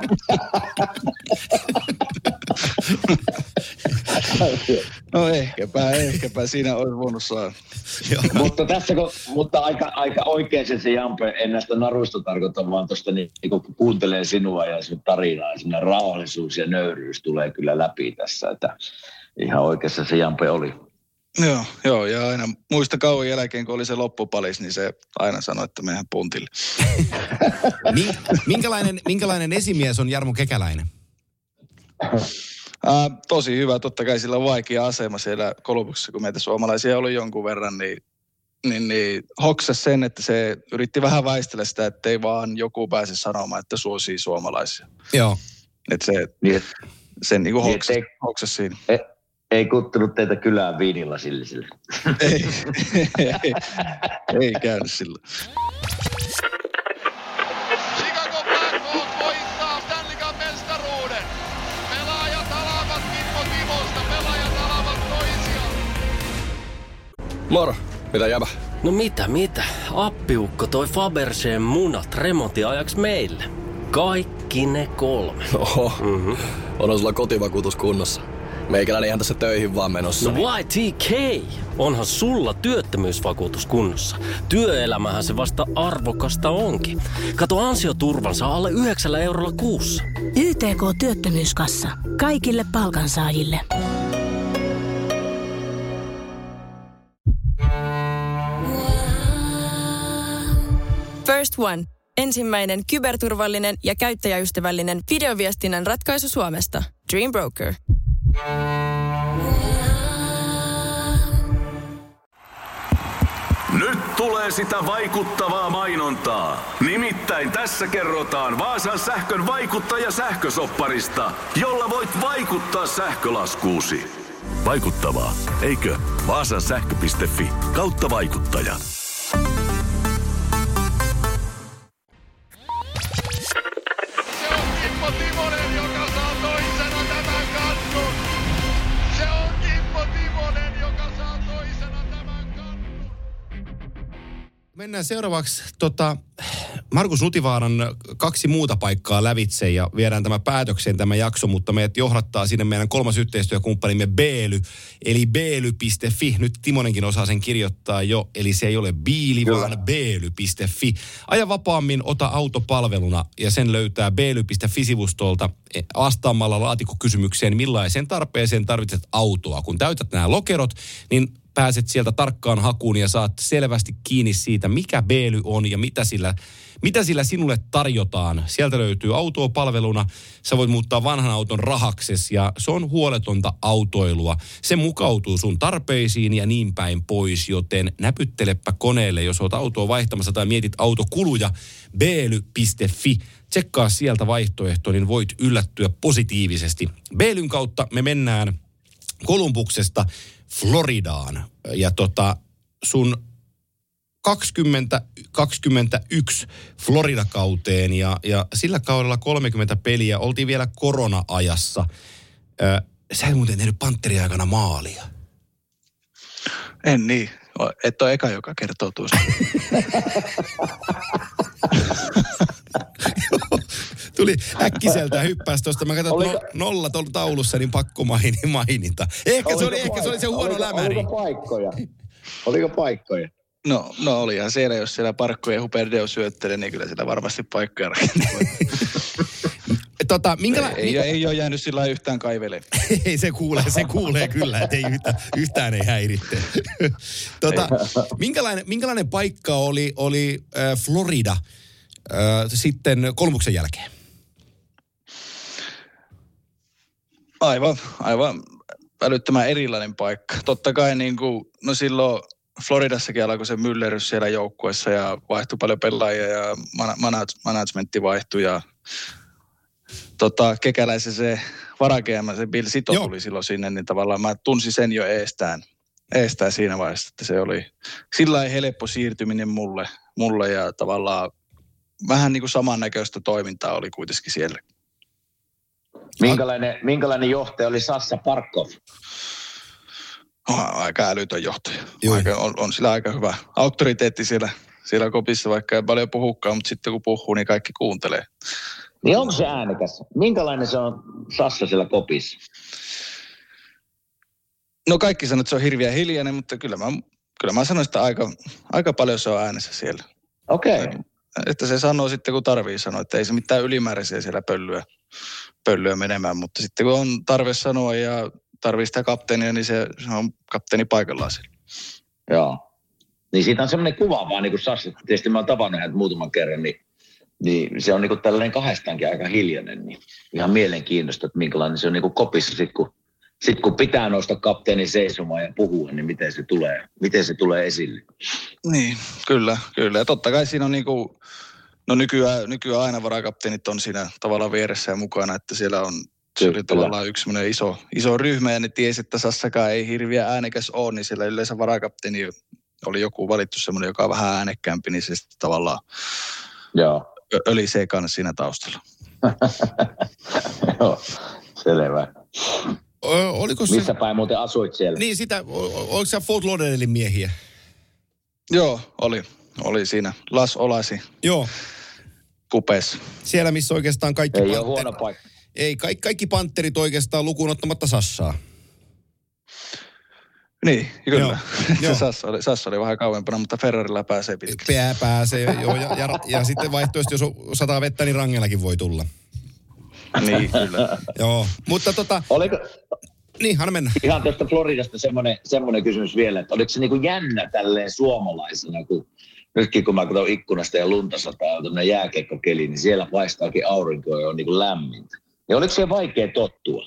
[SPEAKER 1] No ehkäpä, ehkäpä. Siinä olisi voinut saada.
[SPEAKER 6] mutta tässä kun, mutta aika, aika oikein se, se Jampe, en näistä naruista tarkoita, vaan tuosta niin, niin kun kuuntelee sinua ja sun tarinaa, sinne rauhallisuus ja nöyryys tulee kyllä läpi tässä, että ihan oikeassa se Jampe oli.
[SPEAKER 1] Joo, joo, ja aina muista kauan jälkeen, kun oli se loppupalis, niin se aina sanoi, että mehän puntille.
[SPEAKER 5] minkälainen, minkälainen esimies on Jarmo Kekäläinen?
[SPEAKER 1] Äh, tosi hyvä, totta kai sillä on vaikea asema siellä Kolumbuksessa, kun meitä suomalaisia oli jonkun verran, niin, niin, niin hoksasi sen, että se yritti vähän väistellä sitä, ettei vaan joku pääse sanomaan, että suosii suomalaisia.
[SPEAKER 5] Joo.
[SPEAKER 1] Että se,
[SPEAKER 6] niin,
[SPEAKER 1] sen niin kuin
[SPEAKER 6] niin,
[SPEAKER 1] hoksasi,
[SPEAKER 6] ei,
[SPEAKER 1] hoksasi siinä.
[SPEAKER 6] Ei, ei kuttunut teitä kylään viinilasillisille.
[SPEAKER 1] ei, ei, ei, ei käynyt sillä.
[SPEAKER 7] Chicago Blackhawks voittaa Stanley Cup mestaruuden. Pelaajat alavat Kimmo Timosta, pelaajat alavat toisiaan.
[SPEAKER 10] Moro, mitä jäbä?
[SPEAKER 11] No mitä, mitä? Appiukko toi Faberseen munat remontiajaksi meille. Kaikki ne kolme.
[SPEAKER 10] Oho, mm-hmm. Onhan sulla kotivakuutus kunnossa. Meikäläinen ihan tässä töihin vaan menossa.
[SPEAKER 11] No Y T K, onhan sulla työttömyysvakuutus kunnossa. Työelämähän se vasta arvokasta onkin. Kato ansioturvansa alle yhdeksällä eurolla kuussa.
[SPEAKER 3] Y T K-työttömyyskassa. Kaikille palkansaajille.
[SPEAKER 8] First One. Ensimmäinen kyberturvallinen ja käyttäjäystävällinen videoviestinnän ratkaisu Suomesta. Dream Broker.
[SPEAKER 2] Nyt tulee sitä vaikuttavaa mainontaa. Nimittäin tässä kerrotaan Vaasan sähkön vaikuttaja sähkösopparista, jolla voit vaikuttaa sähkölaskuusi. Vaikuttavaa, eikö? Vaasan sähkö piste fi kautta vaikuttaja.
[SPEAKER 7] Se on Kimmo Timonen, joka saa toisena tämän kannun. Se on Kimmo Timonen, joka saa toisena tämän kannun.
[SPEAKER 5] Mennään seuraavaksi tota, Markus Nutivaaran kaksi muuta paikkaa lävitse ja viedään tämä päätökseen tämä jakso, mutta meidät johdattaa sinne meidän kolmas yhteistyökumppanimme Beely, eli beely piste fi. Nyt Timonenkin osaa sen kirjoittaa jo, eli se ei ole biili, Kyllä. vaan beely piste fi. Aja vapaammin, ota autopalveluna ja sen löytää beely piste fi-sivustolta vastaamalla laatikkokysymykseen, millaiseen tarpeeseen tarvitset autoa. Kun täytät nämä lokerot, niin pääset sieltä tarkkaan hakuun ja saat selvästi kiinni siitä, mikä Beely on ja mitä sillä, mitä sillä sinulle tarjotaan. Sieltä löytyy autoa palveluna, sä voit muuttaa vanhan auton rahakses ja se on huoletonta autoilua. Se mukautuu sun tarpeisiin ja niin päin pois, joten näpyttelepä koneelle, jos oot autoa vaihtamassa tai mietit autokuluja, beely piste fi. Tsekkaa sieltä vaihtoehto, niin voit yllättyä positiivisesti. Beelyn kautta me mennään Kolumbuksesta Floridaan. Ja tota, sun kaksikymmentä kaksikymmentäyksi Florida-kauteen ja, ja sillä kaudella kolmekymmentä peliä. Oltiin vielä korona-ajassa. Ö, sä et muuten tehnyt Pantteri-aikana maalia.
[SPEAKER 1] En niin. Et ole eka, joka kertoo tuosta.
[SPEAKER 5] Tuli äkkiseltä hyppäsi tuosta. Mä katsoin, että no, nolla tuolla taulussa, niin pakko mainita. Ehkä se oli, ehkä se oli se huono oliko, lämäri.
[SPEAKER 6] Oliko paikkoja? Oliko paikkoja?
[SPEAKER 1] No, no olihan siellä, jos siellä Parkko ja Huperdeo syöttelee, niin kyllä siellä varmasti paikkoja rakentuu.
[SPEAKER 5] tota, minkäla...
[SPEAKER 1] ei, ei, ei ole jäänyt sillä yhtään kaivelemaan.
[SPEAKER 5] Ei, se kuulee, se kuulee kyllä, että ei yhtä, yhtään ei häiritte. tota, minkälainen, minkälainen paikka oli, oli äh, Florida äh, sitten Kolumbuksen jälkeen?
[SPEAKER 1] Aivan, aivan älyttömän erilainen paikka. Totta kai niin kuin, no silloin Floridassakin alkoi se myllerys siellä joukkueessa ja vaihtui paljon pelaajia ja man- managementti vaihtui ja tota, Kekäläisen se varakeämä, se Bill Sito Joo. tuli silloin sinne, niin tavallaan mä tunsin sen jo eestään, eestään siinä vaiheessa, että se oli sillä lailla helppo siirtyminen mulle, mulle ja tavallaan vähän niin kuin samannäköistä toimintaa oli kuitenkin siellä.
[SPEAKER 6] Minkälainen, minkälainen johtaja oli Sassa Parkov?
[SPEAKER 1] Oh, aika älytön johtaja. Aika, on, on sillä aika hyvä auktoriteetti siellä, siellä kopissa, vaikka ei paljon puhukaan, mutta sitten kun puhuu, niin kaikki kuuntelee.
[SPEAKER 6] Niin onko se äänekäs? Minkälainen se on Sassa siellä kopissa?
[SPEAKER 1] No kaikki sanoo, että se on hirveän hiljainen, mutta kyllä mä, kyllä mä sanoin, että aika, aika paljon se on äänessä siellä.
[SPEAKER 6] Okei. Okay.
[SPEAKER 1] Että se sanoo sitten, kun tarvii sanoa, että ei se mitään ylimääräisiä siellä pölyä, pölyä menemään, mutta sitten kun on tarve sanoa ja tarvii sitä kapteenia, niin se, se on kapteeni paikallaan siellä.
[SPEAKER 6] Joo. Niin siitä on semmoinen kuva vaan niin kuin Sassa. Tietysti mä oon tavannut häntä muutaman kerran, niin, niin se on niin kuin tällainen kahdestaankin aika hiljainen. Niin ihan mielenkiintoista, että minkälainen se on niin kuin kopissa sitten, kun, sit kun pitää nousta kapteenin seisomaan ja puhua, niin miten se tulee, miten se tulee esille.
[SPEAKER 1] Niin, kyllä, kyllä. Ja totta kai siinä on niin kuin, no nykyään, nykyään aina varakapteenit on siinä tavallaan vieressä ja mukana, että siellä on se oli tavallaan yksi semmoinen iso, iso ryhmä ja ne tiesi, että Sassakaan ei hirveän äänekäs ole, niin siellä yleensä varakapteeni oli joku valittu semmoinen, joka on vähän äänekkäämpi, niin se sitten tavallaan
[SPEAKER 6] Joo.
[SPEAKER 1] ölisee kanssa siinä taustalla.
[SPEAKER 6] Joo, selvä.
[SPEAKER 5] O, oliko se...
[SPEAKER 6] Missä päin muuten asuit siellä?
[SPEAKER 5] Niin sitä, oliko se Fort Lauderdalein miehiä?
[SPEAKER 1] Joo, oli. Oli siinä. Las Olasi.
[SPEAKER 5] Joo.
[SPEAKER 1] Kupeessa.
[SPEAKER 5] Siellä, missä oikeastaan kaikki...
[SPEAKER 6] Ei
[SPEAKER 5] panter...
[SPEAKER 6] ole huono paikka.
[SPEAKER 5] Ei, kaikki, kaikki panterit oikeastaan lukuun ottamatta Sassaa.
[SPEAKER 1] Niin, kyllä.
[SPEAKER 5] Joo, joo.
[SPEAKER 1] Sassa, oli, Sassa oli vähän kauempana, mutta Ferrarilla pääsee pitkästi.
[SPEAKER 5] Pää pääsee, joo. Ja, ja, ja sitten vaihtoehtoisesti, jos on sataa vettä, niin rangellakin voi tulla.
[SPEAKER 1] Niin, kyllä.
[SPEAKER 5] Joo, mutta tota...
[SPEAKER 6] Oliko...
[SPEAKER 5] Niin, anna mennä.
[SPEAKER 6] Ihan tuosta Floridasta semmoinen, semmoinen kysymys vielä, että oliko se niin kuin jännä tälleen suomalaisena, kun nytkin kun mä katson ikkunasta ja lunta sataa, on tämmöinen jääkiekkokeli, niin siellä paistaakin aurinko ja on niin kuin lämmintä. Ja oliko se vaikea tottua?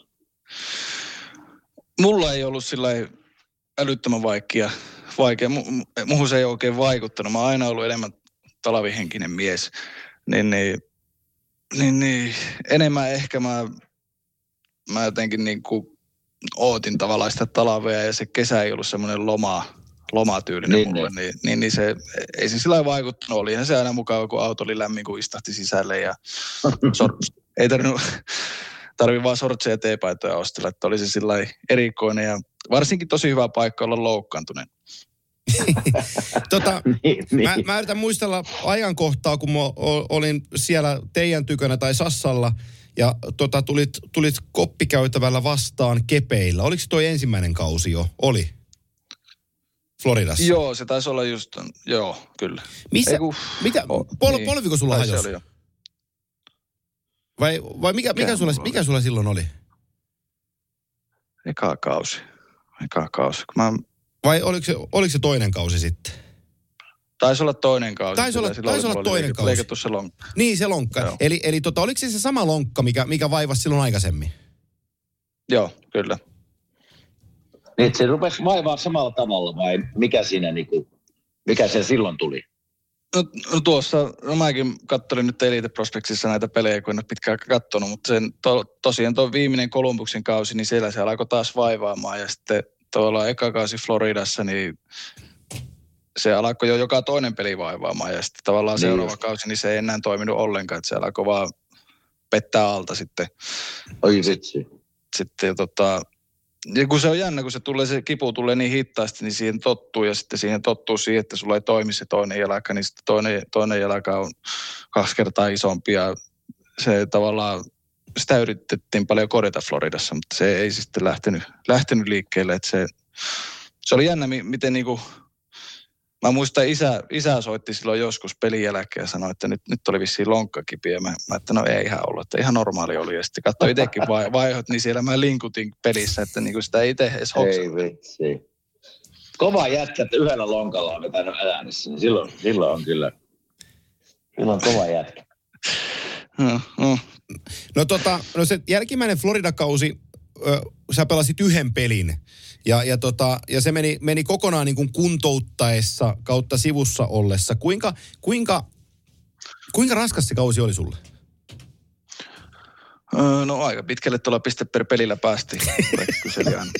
[SPEAKER 1] Mulla ei ollut sillä älyttömän vaikea. vaikea. Muhun se ei oikein vaikuttanut. Mä oon aina ollut enemmän talvihenkinen mies. Niin, niin, niin, niin enemmän ehkä mä, mä jotenkin niin kuin ootin tavallaan sitä talvea ja se kesä ei ollut semmoinen loma, lomatyylinen niin, mulle. Niin, niin, niin se, ei se sillä lailla vaikuttanut. Olihan se aina mukava, kun auto oli lämmin, kun istahti sisälle ja sor, ei tarvinnut... Tarvii vaan sortseja ja teepaitoja ostella, että oli se sillä erikoinen ja varsinkin tosi hyvä paikka olla loukkaantuneen.
[SPEAKER 5] tota,
[SPEAKER 6] niin, niin.
[SPEAKER 5] Mä, mä yritän muistella ajankohtaa, kun mä olin siellä teidän tykönä tai Sassalla ja tota, tulit, tulit koppikäytävällä vastaan kepeillä. Oliko se toi ensimmäinen kausi jo? Oli? Floridassa?
[SPEAKER 1] Joo, se taisi olla just, joo, kyllä.
[SPEAKER 5] Missä?
[SPEAKER 1] Eiku,
[SPEAKER 5] mitä, pol,
[SPEAKER 1] niin,
[SPEAKER 5] polviko sulla hajosi? Vai, vai mikä, mikä, sulla, mikä sulla silloin oli?
[SPEAKER 1] Eka kausi. Eka kausi. Mä...
[SPEAKER 5] Vai oliko se, oliko se toinen kausi sitten?
[SPEAKER 1] Taisi olla toinen kausi.
[SPEAKER 5] Taisi olla, taisi olla toinen leikattu, kausi.
[SPEAKER 1] Leikattu se lonkka.
[SPEAKER 5] Niin, se lonkka. Joo. Eli, eli tota, oliko se se sama lonkka, mikä, mikä vaivasi silloin aikaisemmin?
[SPEAKER 1] Joo, kyllä.
[SPEAKER 6] Niin, se rupesi vaivaa samalla tavalla vai mikä siinä niinku, mikä se silloin tuli?
[SPEAKER 1] No, no tuossa, no mäkin kattelin nyt Elite Prospectsissa näitä pelejä, kun en ole pitkään katsonut, mutta sen to, tosiaan tuo viimeinen Columbuksen kausi, niin siellä se alkoi taas vaivaamaan ja sitten tuolla eka kausi Floridassa, niin se alkoi jo joka toinen peli vaivaamaan ja sitten tavallaan niin seuraava just. kausi, niin se ei enää toiminut ollenkaan, että se alkoi vaan pettää alta sitten.
[SPEAKER 6] Oi vitsi.
[SPEAKER 1] Sitten tota... Ja kun se on jännä, kun se, tulee, se kipu tulee niin hitaasti, niin siihen tottuu ja sitten siihen tottuu siihen, että sulla ei toimi se toinen jalka, niin sitten toinen, toinen jalka on kaksi kertaa isompi ja se tavallaan, sitä yritettiin paljon korjata Floridassa, mutta se ei sitten lähtenyt, lähtenyt liikkeelle, että se, se oli jännä, miten niinku, mä muistan isä, isä soitti silloin joskus pelin jälkeen ja sanoi, että nyt, nyt oli vissiin lonkka kipiä. Mä, mä että no ei ihan ollut, että ihan normaali oli. Ja sitten katsoin itsekin vai, vaihot, niin siellä mä linkutin pelissä, että niin kuin sitä itse edes hoksannut.
[SPEAKER 6] Ei vitsi. Kova jätkä, että yhdellä lonkalla on vetänyt äänissä, niin silloin, silloin on kyllä, silloin on kova jätkä.
[SPEAKER 5] No, no. no tota, no se jälkimmäinen Florida-kausi, ö, sä pelasit yhden pelin. Ja, ja, tota, ja se meni, meni kokonaan niin kuin kuntouttaessa kautta sivussa ollessa. Kuinka, kuinka, kuinka raskas se kausi oli sulle?
[SPEAKER 1] Öö, no aika pitkälle tuolla piste per pelillä päästiin. Kyseli aina.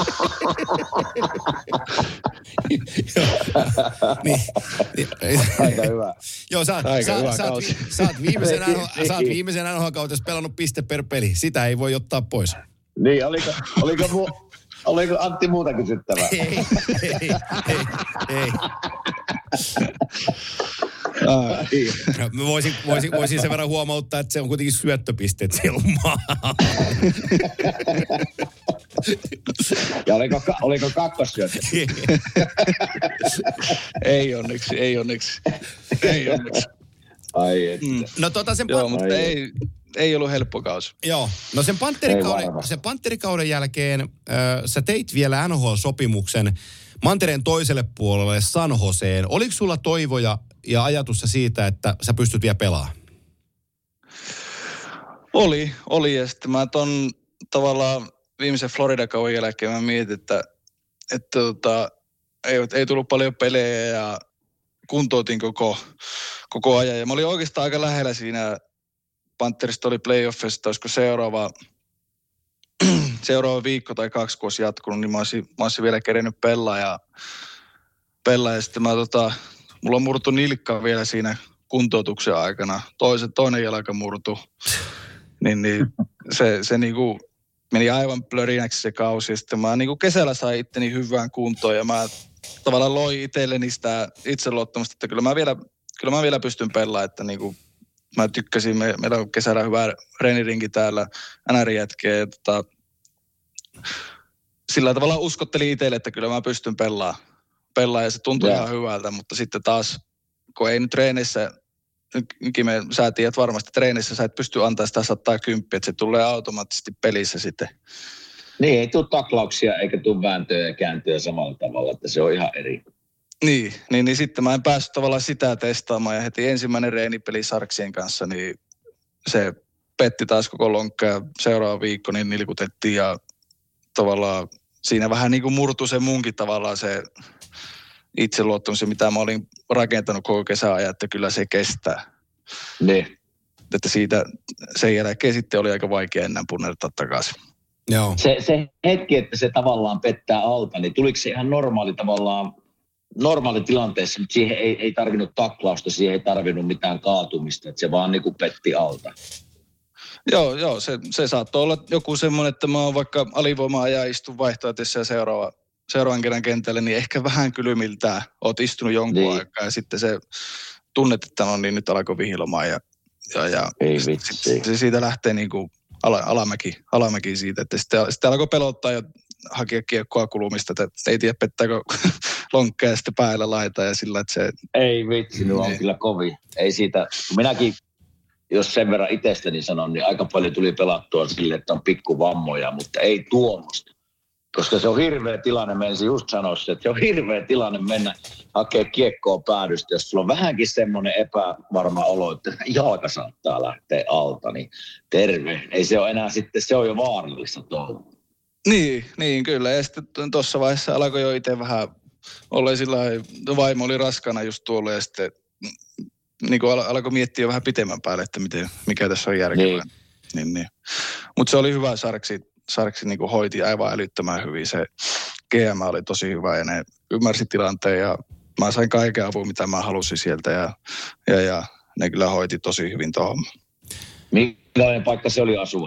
[SPEAKER 5] niin,
[SPEAKER 6] aika hyvä.
[SPEAKER 5] Joo, sä,
[SPEAKER 1] aika
[SPEAKER 5] sä,
[SPEAKER 1] hyvä
[SPEAKER 5] sä, oot, sä oot viimeisen viimeisen N H L-kautessa pelannut piste per peli. Sitä ei voi ottaa pois.
[SPEAKER 6] Niin, oliko, oliko, mu, oliko Antti muuta kysyttävää?
[SPEAKER 5] Ei, ei, ei, ei.
[SPEAKER 1] Ah.
[SPEAKER 5] Mä voisin, voisin, voisin sen verran huomauttaa, että se on kuitenkin syöttöpisteet siellä maa.
[SPEAKER 6] Ja oliko, oliko kakkossyöttö?
[SPEAKER 1] Ei onneksi, ei onneksi. Ei onneksi.
[SPEAKER 6] Ai että.
[SPEAKER 5] Mm. No tota sen...
[SPEAKER 1] Joo, mutta ei, ei ollut helppo kausi.
[SPEAKER 5] Joo. No sen Pantherikauden, sen Pantherikauden jälkeen äh, sä teit vielä N H L-sopimuksen mantereen toiselle puolelle San Joseen. Oliko sulla toivoja ja ajatusta siitä, että sä pystyt vielä pelaamaan?
[SPEAKER 1] Oli, oli. Ja sitten mä ton tavallaan viimeisen Florida-kauden jälkeen mä mietin, että, että tota, ei, ei tullut paljon pelejä ja kuntoutin koko, koko ajan. Ja mä olin oikeastaan aika lähellä siinä. Pantherista oli playoffissa, että olisiko seuraava, seuraava viikko tai kaksi, kun olisi jatkunut, niin mä olisin, mä olisin vielä kerennyt pelaa. Ja, pelaa. ja sitten mä tota, mulla murtu nilkka vielä siinä kuntoutuksen aikana. Toisen, toinen jalka murtu. Niin, niin se, se niinku meni aivan plörinäksi se kausi. Ja sitten mä niinku kesällä sain itteni hyvään kuntoon ja mä tavallaan loin itselleni sitä itseluottamusta, että kyllä mä vielä, kyllä mä vielä pystyn pelaamaan, että niinku mä tykkäsin, me, meillä on kesällä hyvä reenirinki täällä, N R-jätkeä, ja tota, sillä tavalla uskottelin itselle, että kyllä mä pystyn pelaamaan, pelaamaan ja se tuntui yeah. ihan hyvältä, mutta sitten taas, kun ei nyt treeneissä, me sä tiedät varmasti, treeneissä sä et pysty antaa sitä sata kymppiä, että se tulee automaattisesti pelissä sitten.
[SPEAKER 6] Niin, ei tule taklauksia eikä tule vääntöjä ja kääntöjä samalla tavalla, että se on ihan eri.
[SPEAKER 1] Niin, niin, niin sitten mä en päässyt tavallaan sitä testaamaan ja heti ensimmäinen reenipeli Sarksien kanssa, niin se petti taas koko lonkka ja seuraava viikko niin nilkutettiin ja tavallaan siinä vähän niin kuin murtui se munkin tavallaan se itseluottamus, mitä mä olin rakentanut koko kesäajan, että kyllä se kestää.
[SPEAKER 6] Niin.
[SPEAKER 1] Että siitä sen jälkeen sitten oli aika vaikea enää punnertaa takaisin.
[SPEAKER 5] Joo.
[SPEAKER 6] Se, se hetki, että se tavallaan pettää alta, niin tuliko se ihan normaali tavallaan, normaali tilanteessa, mutta siihen ei, ei tarvinnut taklausta, siihen ei tarvinnut mitään kaatumista, että se vaan niin kuin petti alta.
[SPEAKER 1] Joo, joo se, se saattoi olla joku semmoinen, että mä oon vaikka alivoimaa ja istun vaihtoehtoissa ja seuraava, seuraavan kerran kentälle, niin ehkä vähän kylmiltään oot istunut jonkun niin. aikaa ja sitten se tunnet, että no niin nyt alkoi vihilomaan ja, ja, ja
[SPEAKER 6] ei
[SPEAKER 1] vitsi. Se, se siitä lähtee niin kuin ala, alamäki, alamäki siitä, että sitten, sitten alkoi pelottaa ja hakea kiekkoa kulumista, että ei tiedä pettääkö lonkkaa ja sitten päällä laita ja sillä, että se...
[SPEAKER 6] Ei vitsi, no on kyllä kovin. Ei siitä, minäkin, jos sen verran itsestäni sanon, niin aika paljon tuli pelattua sille, että on pikkuvammoja, mutta ei tuommoista. Koska se on hirveä tilanne, mä ensin just sanoisin, että se on hirveä tilanne mennä hakemaan kiekkoa päädystä. Jos sulla on vähänkin semmoinen epävarma olo, että jalka saattaa lähteä alta, niin terve. Ei se ole enää sitten, se on jo vaarallista touhua.
[SPEAKER 1] Niin, niin kyllä. Ja sitten tuossa vaiheessa alkoi jo itse vähän olla sillä vaimo oli raskana just tuolla ja sitten niin kuin alkoi miettiä vähän pitemmän päälle, että miten, mikä tässä on järkevää. Niin. Niin, niin. Mutta se oli hyvä Sarksi, Sarksi niin kuin hoiti aivan älyttömän hyvin. Se G M oli tosi hyvä ja ne ymmärsi tilanteen ja mä sain kaiken avun, mitä mä halusin sieltä ja, ja, ja ne kyllä hoiti tosi hyvin tuohon.
[SPEAKER 6] Millainen paikka se oli asua?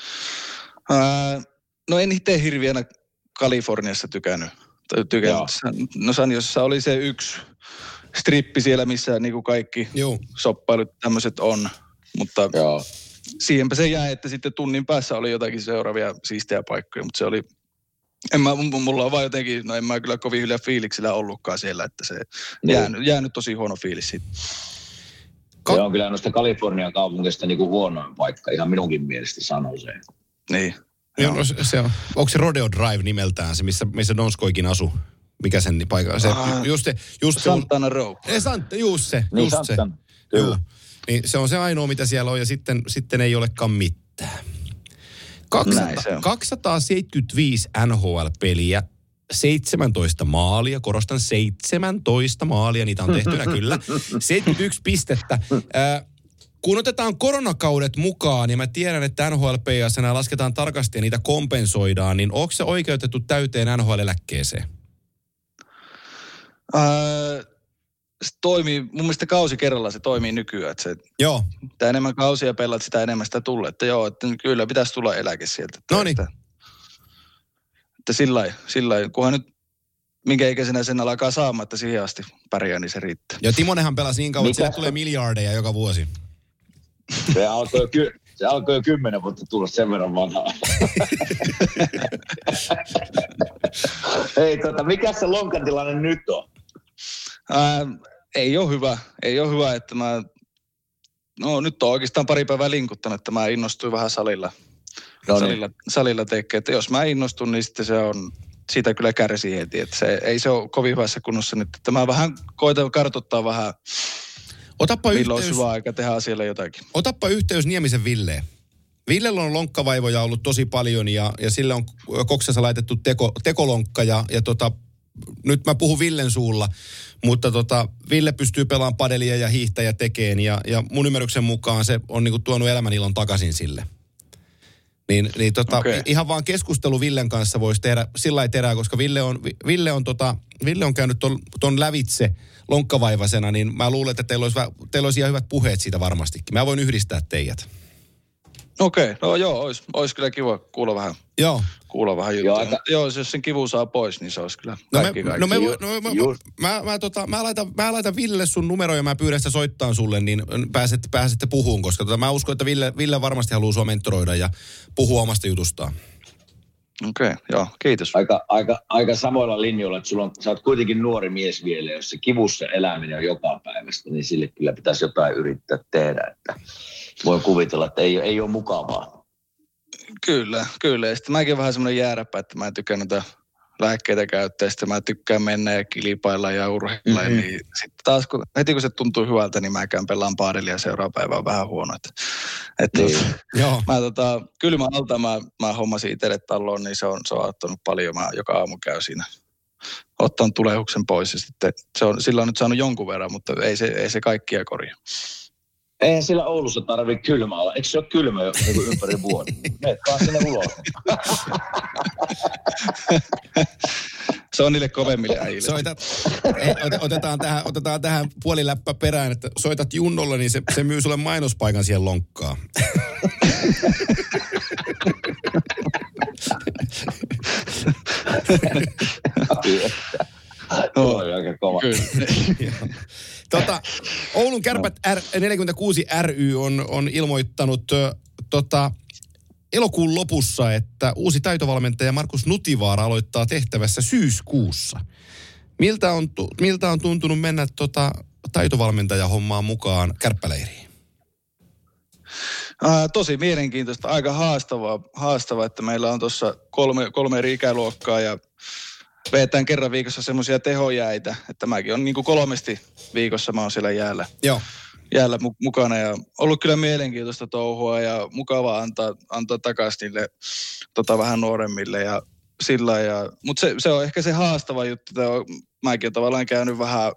[SPEAKER 1] Ää, no en itse hirviänä Kaliforniassa tykännyt. tykännyt. No San Josessa oli se yksi strippi siellä, missä niin kuin kaikki Joo. soppailut tämmöiset on, mutta Joo. siihenpä se jäi, että sitten tunnin päässä oli jotakin seuraavia siistejä paikkoja, mutta se oli, en mä, mulla on vaan jotenkin, no en mä kyllä kovin hyviä fiiliksillä ollutkaan siellä, että se niin. jäänyt, jäänyt tosi huono fiilis siitä.
[SPEAKER 6] Ka- se on kyllä noista Kalifornian kaupungista niin kuin huonoin paikka, ihan minunkin mielestä sanoo se.
[SPEAKER 1] Niin.
[SPEAKER 5] Joo. No, se on. Onko se Rodeo Drive nimeltään se, missä, missä Donskoikin asuu? Mikä sen paikka? Se,
[SPEAKER 1] ah,
[SPEAKER 5] just se, just
[SPEAKER 1] Santana
[SPEAKER 5] se,
[SPEAKER 1] Row.
[SPEAKER 5] Ei, Sant, just se,
[SPEAKER 6] niin
[SPEAKER 5] just
[SPEAKER 6] Santana.
[SPEAKER 5] se. Joo. Niin se on se ainoa, mitä siellä on, ja sitten, sitten ei olekaan mitään. kaksisataa, kaksisataaseitsemänkymmentäviisi N H L-peliä, seitsemäntoista maalia, korostan seitsemäntoista maalia, niitä on tehtynä kyllä, seitsemänkymmentäyksi pistettä. Äh, kun otetaan koronakaudet mukaan, niin mä tiedän, että N H L P S:nä lasketaan tarkasti ja niitä kompensoidaan, niin onko se oikeutettu täyteen N H L-eläkkeeseen?
[SPEAKER 1] Öö, se toimii, mun mielestä kausi kerralla se toimii nykyään. Että se,
[SPEAKER 5] joo.
[SPEAKER 1] Mitä enemmän kausia pelaat, sitä enemmän sitä tulee. Että joo, että kyllä pitäisi tulla eläke sieltä.
[SPEAKER 5] No niin.
[SPEAKER 1] Että, että sillä lailla, kunhan nyt minkä ikäisenä sen alkaa saamaan, että siihen asti pärjää, niin se riittää.
[SPEAKER 5] Ja Timonenhan pelasi niin kauan, että sieltä tulee miljardeja joka vuosi.
[SPEAKER 6] Se alkoi, ky- se alkoi jo kymmenen vuotta tulla sen verran vanhaa. Hei, tota, mikä se lonkan tilanne nyt on?
[SPEAKER 1] Ää, ei ole hyvä. Ei ole hyvä, että mä... No nyt on oikeastaan pari päivää linkuttanut, että mä innostuin vähän salilla. No niin. Salilla, salilla tekee. Että jos mä innostun, niin sitten se on... Siitä kyllä kärsii heti, että se, ei se ole kovin hyvässä kunnossa nyt. Että mä vähän koitan kartoittaa vähän...
[SPEAKER 5] Otappa
[SPEAKER 1] milloin
[SPEAKER 5] yhteys,
[SPEAKER 1] olisi hyvä aika tehdä asialle jotakin.
[SPEAKER 5] Otappa yhteys Niemisen Villeen. Villellä on lonkkavaivoja ollut tosi paljon ja, ja sille on koksessa laitettu teko, tekolonkka ja, ja tota, nyt mä puhun Villen suulla, mutta tota, Ville pystyy pelaamaan padelia ja hiihtäjä tekeen ja, ja mun ymmärryksen mukaan se on niinku tuonut elämänilon takaisin sille. Niin, niin tota, okay. Ihan vaan keskustelu Villen kanssa voisi tehdä sillä lailla terää, koska Ville on, Ville on, tota, Ville on käynyt ton, ton lävitse lonkkavaivaisena, niin mä luulen, että teillä olisi, teillä olisi ihan hyvät puheet siitä varmastikin. Mä voin yhdistää teidät.
[SPEAKER 1] Okei, okay. No joo, olisi, olisi kyllä kiva kuulla vähän.
[SPEAKER 5] Joo.
[SPEAKER 1] Kuulla vähän juttuja. Joo, aika... joo, jos sen kivu saa pois, niin se olisi kyllä
[SPEAKER 5] no
[SPEAKER 1] kaikki
[SPEAKER 5] me,
[SPEAKER 1] kaikki.
[SPEAKER 5] No me, no mä, mä, mä, tota, mä, laitan, mä laitan Villelle sun numero ja mä pyydän sitä soittaa sulle, niin pääsette, pääsette puhuun, koska tota, mä uskon, että Ville, Ville varmasti haluaa sua mentoroida ja puhua omasta jutustaan.
[SPEAKER 1] Okei, okay, joo, kiitos.
[SPEAKER 6] Aika, aika, aika samoilla linjoilla, että sulla on, sä oot kuitenkin nuori mies vielä, jos se kivussa eläminen on joka päivästä, niin sille kyllä pitäisi jotain yrittää tehdä, että voin kuvitella, että ei, ei ole mukavaa.
[SPEAKER 1] Kyllä, kyllä. Ja sitten mäkin vähän semmoinen jääräpä, että mä en tykkää noita lääkkeitä käyttää. Sitten mä tykkään mennä ja kilpailla ja urheilla. Mm-hmm. Niin sitten taas, kun, heti kun se tuntuu hyvältä, niin mä käyn pelaan paadelia ja seuraava päivä on vähän huono. Että, että niin. Joo. Mä tota, kylmä alta mä, mä hommasin itselle talloon, niin se on, se on auttanut paljon. Mä joka aamu käy siinä ottanut tulehuksen pois. Ja sitten se on, sillä on nyt saanut jonkun verran, mutta ei se, ei se kaikkia korjaa.
[SPEAKER 6] Eihän sillä Oulussa tarvitse kylmä olla. Eikö se ole kylmä jo niin ympäri vuoden? Meet vaan sinne ulos.
[SPEAKER 1] Se on niille kovemmille äijille.
[SPEAKER 5] Soitat, otetaan tähän, otetaan tähän puoliläppä perään, että soitat Junnolle, niin se, se myy sulle mainospaikan siihen lonkkaan.
[SPEAKER 6] Tuo on aika kova.
[SPEAKER 5] Tota, Oulun Kärpät R, neljäkymmentäkuusi ry on, on ilmoittanut tota, elokuun lopussa, että uusi taitovalmentaja Markus Nutivaara aloittaa tehtävässä syyskuussa. Miltä on, miltä on tuntunut mennä tota, taitovalmentajahommaan mukaan kärppäleiriin?
[SPEAKER 1] Ää, tosi mielenkiintoista, aika haastavaa, haastavaa että meillä on tuossa kolme, kolme eri ikäluokkaa ja vetään kerran viikossa semmoisia tehojäitä, että mäkin on niin kuin kolmesti viikossa mä oon siellä jäällä,
[SPEAKER 5] Joo.
[SPEAKER 1] jäällä mu- mukana ja ollut kyllä mielenkiintoista touhua ja mukavaa antaa, antaa takaisin niille tota, vähän nuoremmille ja sillä ja, mutta se, se on ehkä se haastava juttu, että on, mäkin olen tavallaan käynyt vähän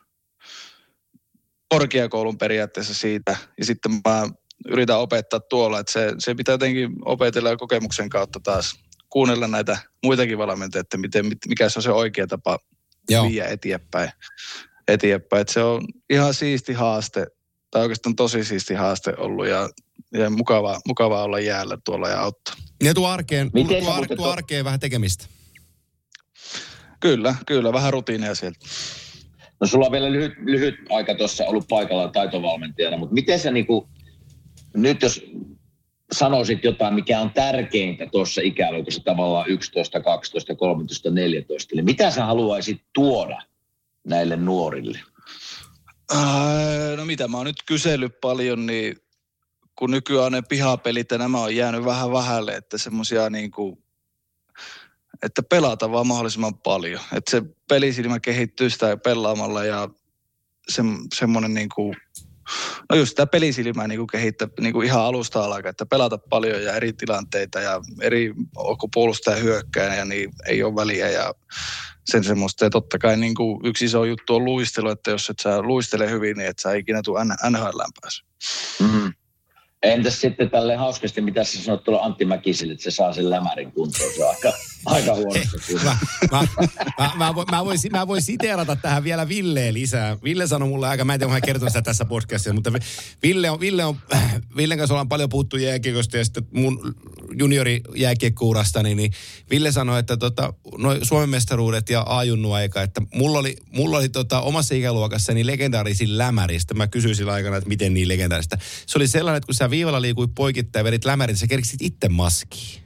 [SPEAKER 1] korkeakoulun periaatteessa siitä ja sitten mä yritän opettaa tuolla, että se, se pitää jotenkin opetella kokemuksen kautta taas kuunnella näitä muitakin valmentajia, että miten, mikä se on se oikea tapa Joo. viiä eteenpäin. eteenpäin. Että se on ihan siisti haaste, tai oikeastaan tosi siisti haaste ollut ja, ja mukavaa, mukavaa olla jäällä tuolla ja auttaa.
[SPEAKER 5] Ja tuo arkeen, tuo, ar, tuo arkeen vähän tekemistä.
[SPEAKER 1] Kyllä, kyllä, vähän rutiineja sieltä.
[SPEAKER 6] No sulla on vielä lyhyt, lyhyt aika tuossa ollut paikalla taitovalmentajana, mutta miten sä niinku, nyt jos sanoisit jotain, mikä on tärkeintä tuossa ikäluokassa tavallaan yksitoista, kaksitoista, kolmetoista, neljätoista, niin mitä sä haluaisit tuoda näille nuorille?
[SPEAKER 1] Äh, no mitä, mä oon nyt kysellyt paljon, niin kun nykyään ne pihapelit ja nämä on jäänyt vähän vähälle, että semmosia niinku, että pelata vaan mahdollisimman paljon. Että se pelisilmä kehittyy sitä pelaamalla ja se, semmoinen niinku, no just sitä pelisilmää niinku kehittää niinku ihan alusta alkaen, että pelata paljon ja eri tilanteita ja eri, onko puolustaja hyökkää ja niin ei ole väliä ja sen semmoista. Ja totta kai niin kuin yksi iso juttu on luistelu, että jos et sä luistele hyvin, niin et sä ikinä tule N H L:ään pääsy.
[SPEAKER 6] Mm-hmm. Entäs sitten tälleen hauskasti, mitä sä sanot tuolla Antti Mäkiselle, että se saa sen lämärin kuntoon, se on aika, aika huonossa kunnossa.
[SPEAKER 5] Mä, mä, mä, mä, mä, voin, mä voin siteerata tähän vielä Villeä lisää. Ville sanoi mulle aika, mä en tiedä, mä kertonut sitä tässä podcastissa, mutta Ville on, Ville on, Villen kanssa ollaan paljon puhuttu jääkiekosta ja sitten mun juniorijääkiekkourastani, niin Ville sanoi, että tota, noi Suomen mestaruudet ja A-junnu aika, että mulla oli, mulla oli tota, omassa ikäluokassani legendaarisin lämäristä. Mä kysyin sillä aikana, että miten niin legendaarista. Se oli sellainen, että kun sä viivalla liikuit poikittain ja vedit lämärin, sä kerksit itse maskiin.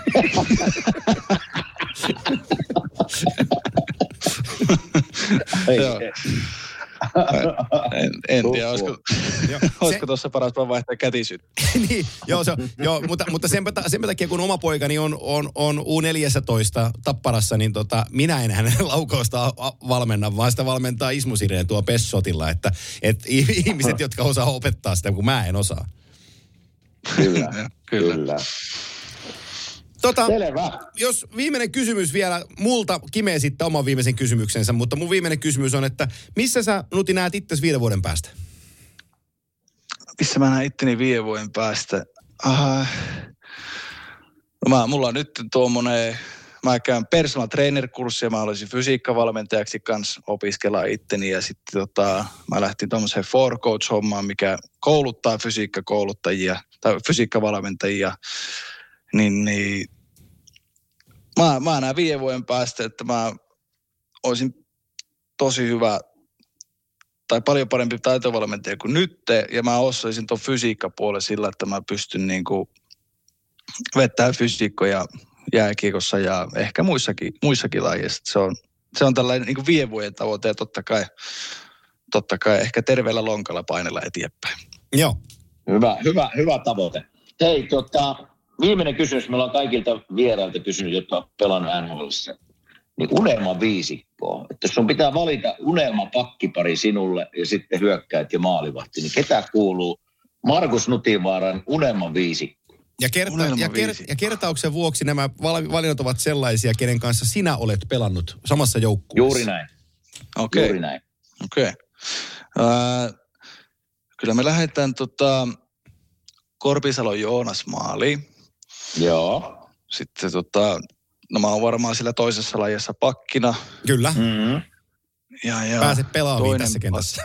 [SPEAKER 1] en, en tiedä, olisiko, olisiko tuossa paras vaan vaihtaa kätisyyttä.
[SPEAKER 5] Niin, joo, se, joo, mutta, mutta sen, sen takia, kun oma poikani on, on, on U neljätoista Tapparassa, niin tota, minä en hänen laukausta valmenna, vaan sitä valmentaa Ismo Sireen tuo Pessotilla, että, että ihmiset, jotka osaa opettaa sitä, kun mä en osaa.
[SPEAKER 6] Kyllä, kyllä. kyllä.
[SPEAKER 5] Tota, jos viimeinen kysymys vielä, multa Kime esittää oman viimeisen kysymyksensä, mutta mun viimeinen kysymys on, että missä sä, Nuti, näet itsesi viiden vuoden päästä?
[SPEAKER 1] Missä mä näen itteni viiden vuoden päästä? Aha. No mä, mulla on nyt tuommoinen, mä käyn personal trainer-kurssia, mä haluaisin fysiikkavalmentajaksi kanssa opiskella itteni ja sitten tota, mä lähtin tuommoiseen four coach-hommaan, mikä kouluttaa fysiikkakouluttajia tai fysiikkavalmentajia. Niin, niin mä, mä näen viiden vuoden päästä, että mä olisin tosi hyvä tai paljon parempi taitovalmentaja kuin nyt. Ja mä osaisin ton fysiikkapuolen sillä, että mä pystyn niinku vettämään fysiikkoja jääkiekossa ja ehkä muissakin, muissakin lajeissa. Se on, se on tällainen niinku viiden vuoden tavoite ja totta kai, totta kai ehkä terveellä lonkalla painella eteenpäin.
[SPEAKER 5] Joo.
[SPEAKER 6] Hyvä, hyvä, hyvä tavoite. Hei, tota... Viimeinen kysymys. Meillä on kaikilta vierailta kysynyt, jotka on pelannut N H L:ssä. Niin unelman viisikkoa. Että jos sun pitää valita unelman pakkipari sinulle ja sitten hyökkäät ja maalivahti, niin ketä kuuluu Markus Nutivaaran unelman viisikko?
[SPEAKER 5] Ja, kerta, ja, ker, ja kertauksen vuoksi nämä valinnat ovat sellaisia, kenen kanssa sinä olet pelannut samassa joukkueessa.
[SPEAKER 6] Juuri näin.
[SPEAKER 1] Okei.
[SPEAKER 6] Juuri näin.
[SPEAKER 1] Okei. Äh, kyllä me lähdetään tota Korpisalon Joonas maaliin.
[SPEAKER 6] Joo.
[SPEAKER 1] Sitten tota, no mä oon varmaan sillä toisessa lajissa pakkina.
[SPEAKER 5] Kyllä.
[SPEAKER 6] Mm-hmm.
[SPEAKER 1] Ja, ja
[SPEAKER 5] pääset pelaamaan tässä kentässä.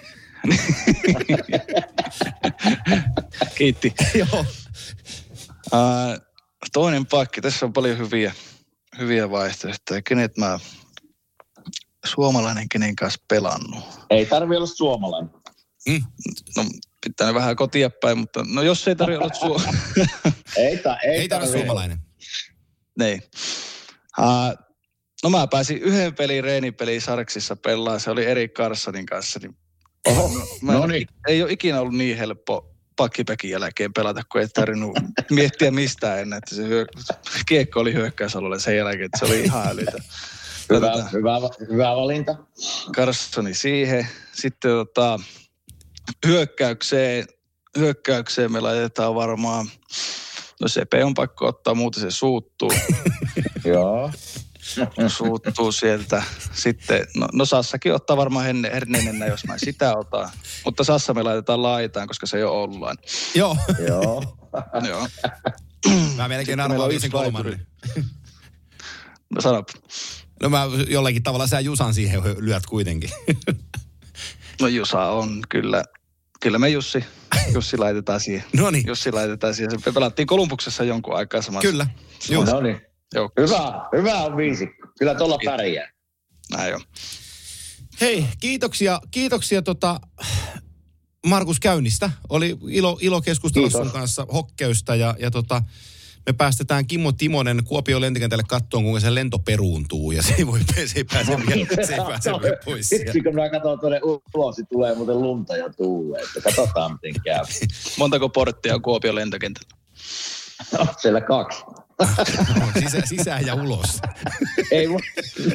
[SPEAKER 1] Kiitti.
[SPEAKER 5] Joo.
[SPEAKER 1] Uh, toinen pakki, tässä on paljon hyviä, hyviä vaihtoehtoja. Kenet mä, suomalainen kenen kanssa pelannut?
[SPEAKER 6] Ei tarvitse olla suomalainen.
[SPEAKER 1] Mm. No pitää vähän kotia päin, mutta no jos ei tarvitse olla suomalainen.
[SPEAKER 6] ei, ta, ei,
[SPEAKER 5] ei tarvitse suomalainen.
[SPEAKER 1] Niin. Uh, no mä pääsin yhden pelin reenipeliin Sarksissa pelaamaan, se oli Erik Carssonin kanssa. Niin
[SPEAKER 6] Oho,
[SPEAKER 1] mä
[SPEAKER 6] no niin.
[SPEAKER 1] Ei ole ikinä ollut niin helppo pakkipäkin jälkeen pelata, kun ei tarvinnut miettiä mistään ennen, että se hyö... kiekko oli hyökkäysalueella sen jälkeen, että se oli ihan älytä.
[SPEAKER 6] Hyvä, hyvä, hyvä valinta.
[SPEAKER 1] Carssoni siihen. Sitten tota, hyökkäykseen, hyökkäykseen me laitetaan varmaan, no Sepe on pakko ottaa, muuten se suuttuu.
[SPEAKER 6] Joo.
[SPEAKER 1] Suuttuu sieltä. Sitten, no, no Sassakin ottaa varmaan hernenennä, jos mä en sitä ota. Mutta Sassa me laitetaan laitaan, koska se ei ole ollaan.
[SPEAKER 5] Joo.
[SPEAKER 6] Joo.
[SPEAKER 1] Joo.
[SPEAKER 5] Mä melkein arvoin viisen kolmannen.
[SPEAKER 1] No sanop.
[SPEAKER 5] No mä jollakin tavalla sä Jusan siihen lyöt kuitenkin.
[SPEAKER 1] No Jusa on kyllä. Kyllä me Jussi, Jussi laitetaan siihen.
[SPEAKER 5] No niin.
[SPEAKER 1] Jussi laitetaan siihen. Me pelattiin Kolumbuksessa jonkun aikaa samassa.
[SPEAKER 5] Kyllä.
[SPEAKER 6] No niin. Hyvä, hyvä on viisikko. Kyllä tuolla pärjää.
[SPEAKER 1] Näin on.
[SPEAKER 5] Hei, kiitoksia, kiitoksia tota Markus käynnistä. Oli ilo, ilo keskustella sun kanssa hokkeusta ja, ja tota, me päästetään Kimmo Timonen Kuopion lentokentälle katsomaan, kuinka se lento peruuntuu ja se ei, voi, se ei pääse, se ei pääse pois.
[SPEAKER 6] Siksi kun mä katson tuonne ulos, niin tulee muuten lunta ja tuulee, että katsotaan miten käy.
[SPEAKER 1] Montako porttia on Kuopion lentokentällä?
[SPEAKER 6] No, siellä kaksi.
[SPEAKER 5] Sisä, sisään ja ulos.
[SPEAKER 6] Ei voi.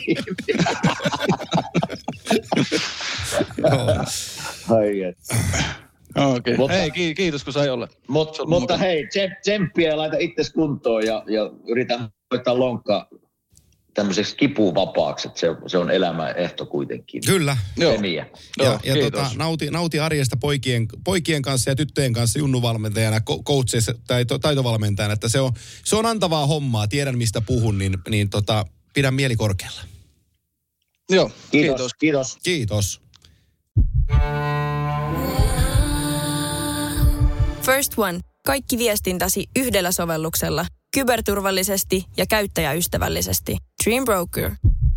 [SPEAKER 6] Ai että.
[SPEAKER 1] Okei. Okay. Hei, kiitos kun sai olla.
[SPEAKER 6] Mut, mutta hei, tsemppiä ja laita itses kuntoon ja, ja yritä hoitaa lonkkaa tämmöiseksi kipuvapaaksi, että se, se on elämän ehto kuitenkin.
[SPEAKER 5] Kyllä.
[SPEAKER 6] Joo.
[SPEAKER 5] Ja, Joo, ja tota, nauti, nauti arjesta poikien, poikien kanssa ja tyttöjen kanssa junnuvalmentajana, coacheissa tai to, taitovalmentajana, että se on, se on antavaa hommaa, tiedän mistä puhun, niin, niin tota, pidän mieli korkealla.
[SPEAKER 1] Joo,
[SPEAKER 6] kiitos.
[SPEAKER 5] Kiitos. Kiitos.
[SPEAKER 8] First One. Kaikki viestintäsi yhdellä sovelluksella. Kyberturvallisesti ja käyttäjäystävällisesti. Dream Broker.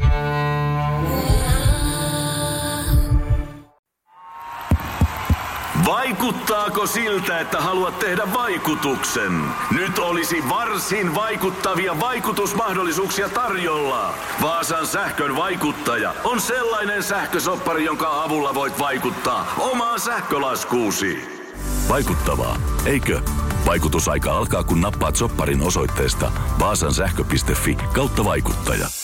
[SPEAKER 2] Vaikuttaako siltä, että haluat tehdä vaikutuksen? Nyt olisi varsin vaikuttavia vaikutusmahdollisuuksia tarjolla. Vaasan sähkön vaikuttaja on sellainen sähkösoppari, jonka avulla voit vaikuttaa omaan sähkölaskuusi. Vaikuttavaa, eikö? Vaikutusaika alkaa, kun nappaat sopparin osoitteesta vaasansähkö piste fi kautta vaikuttaja.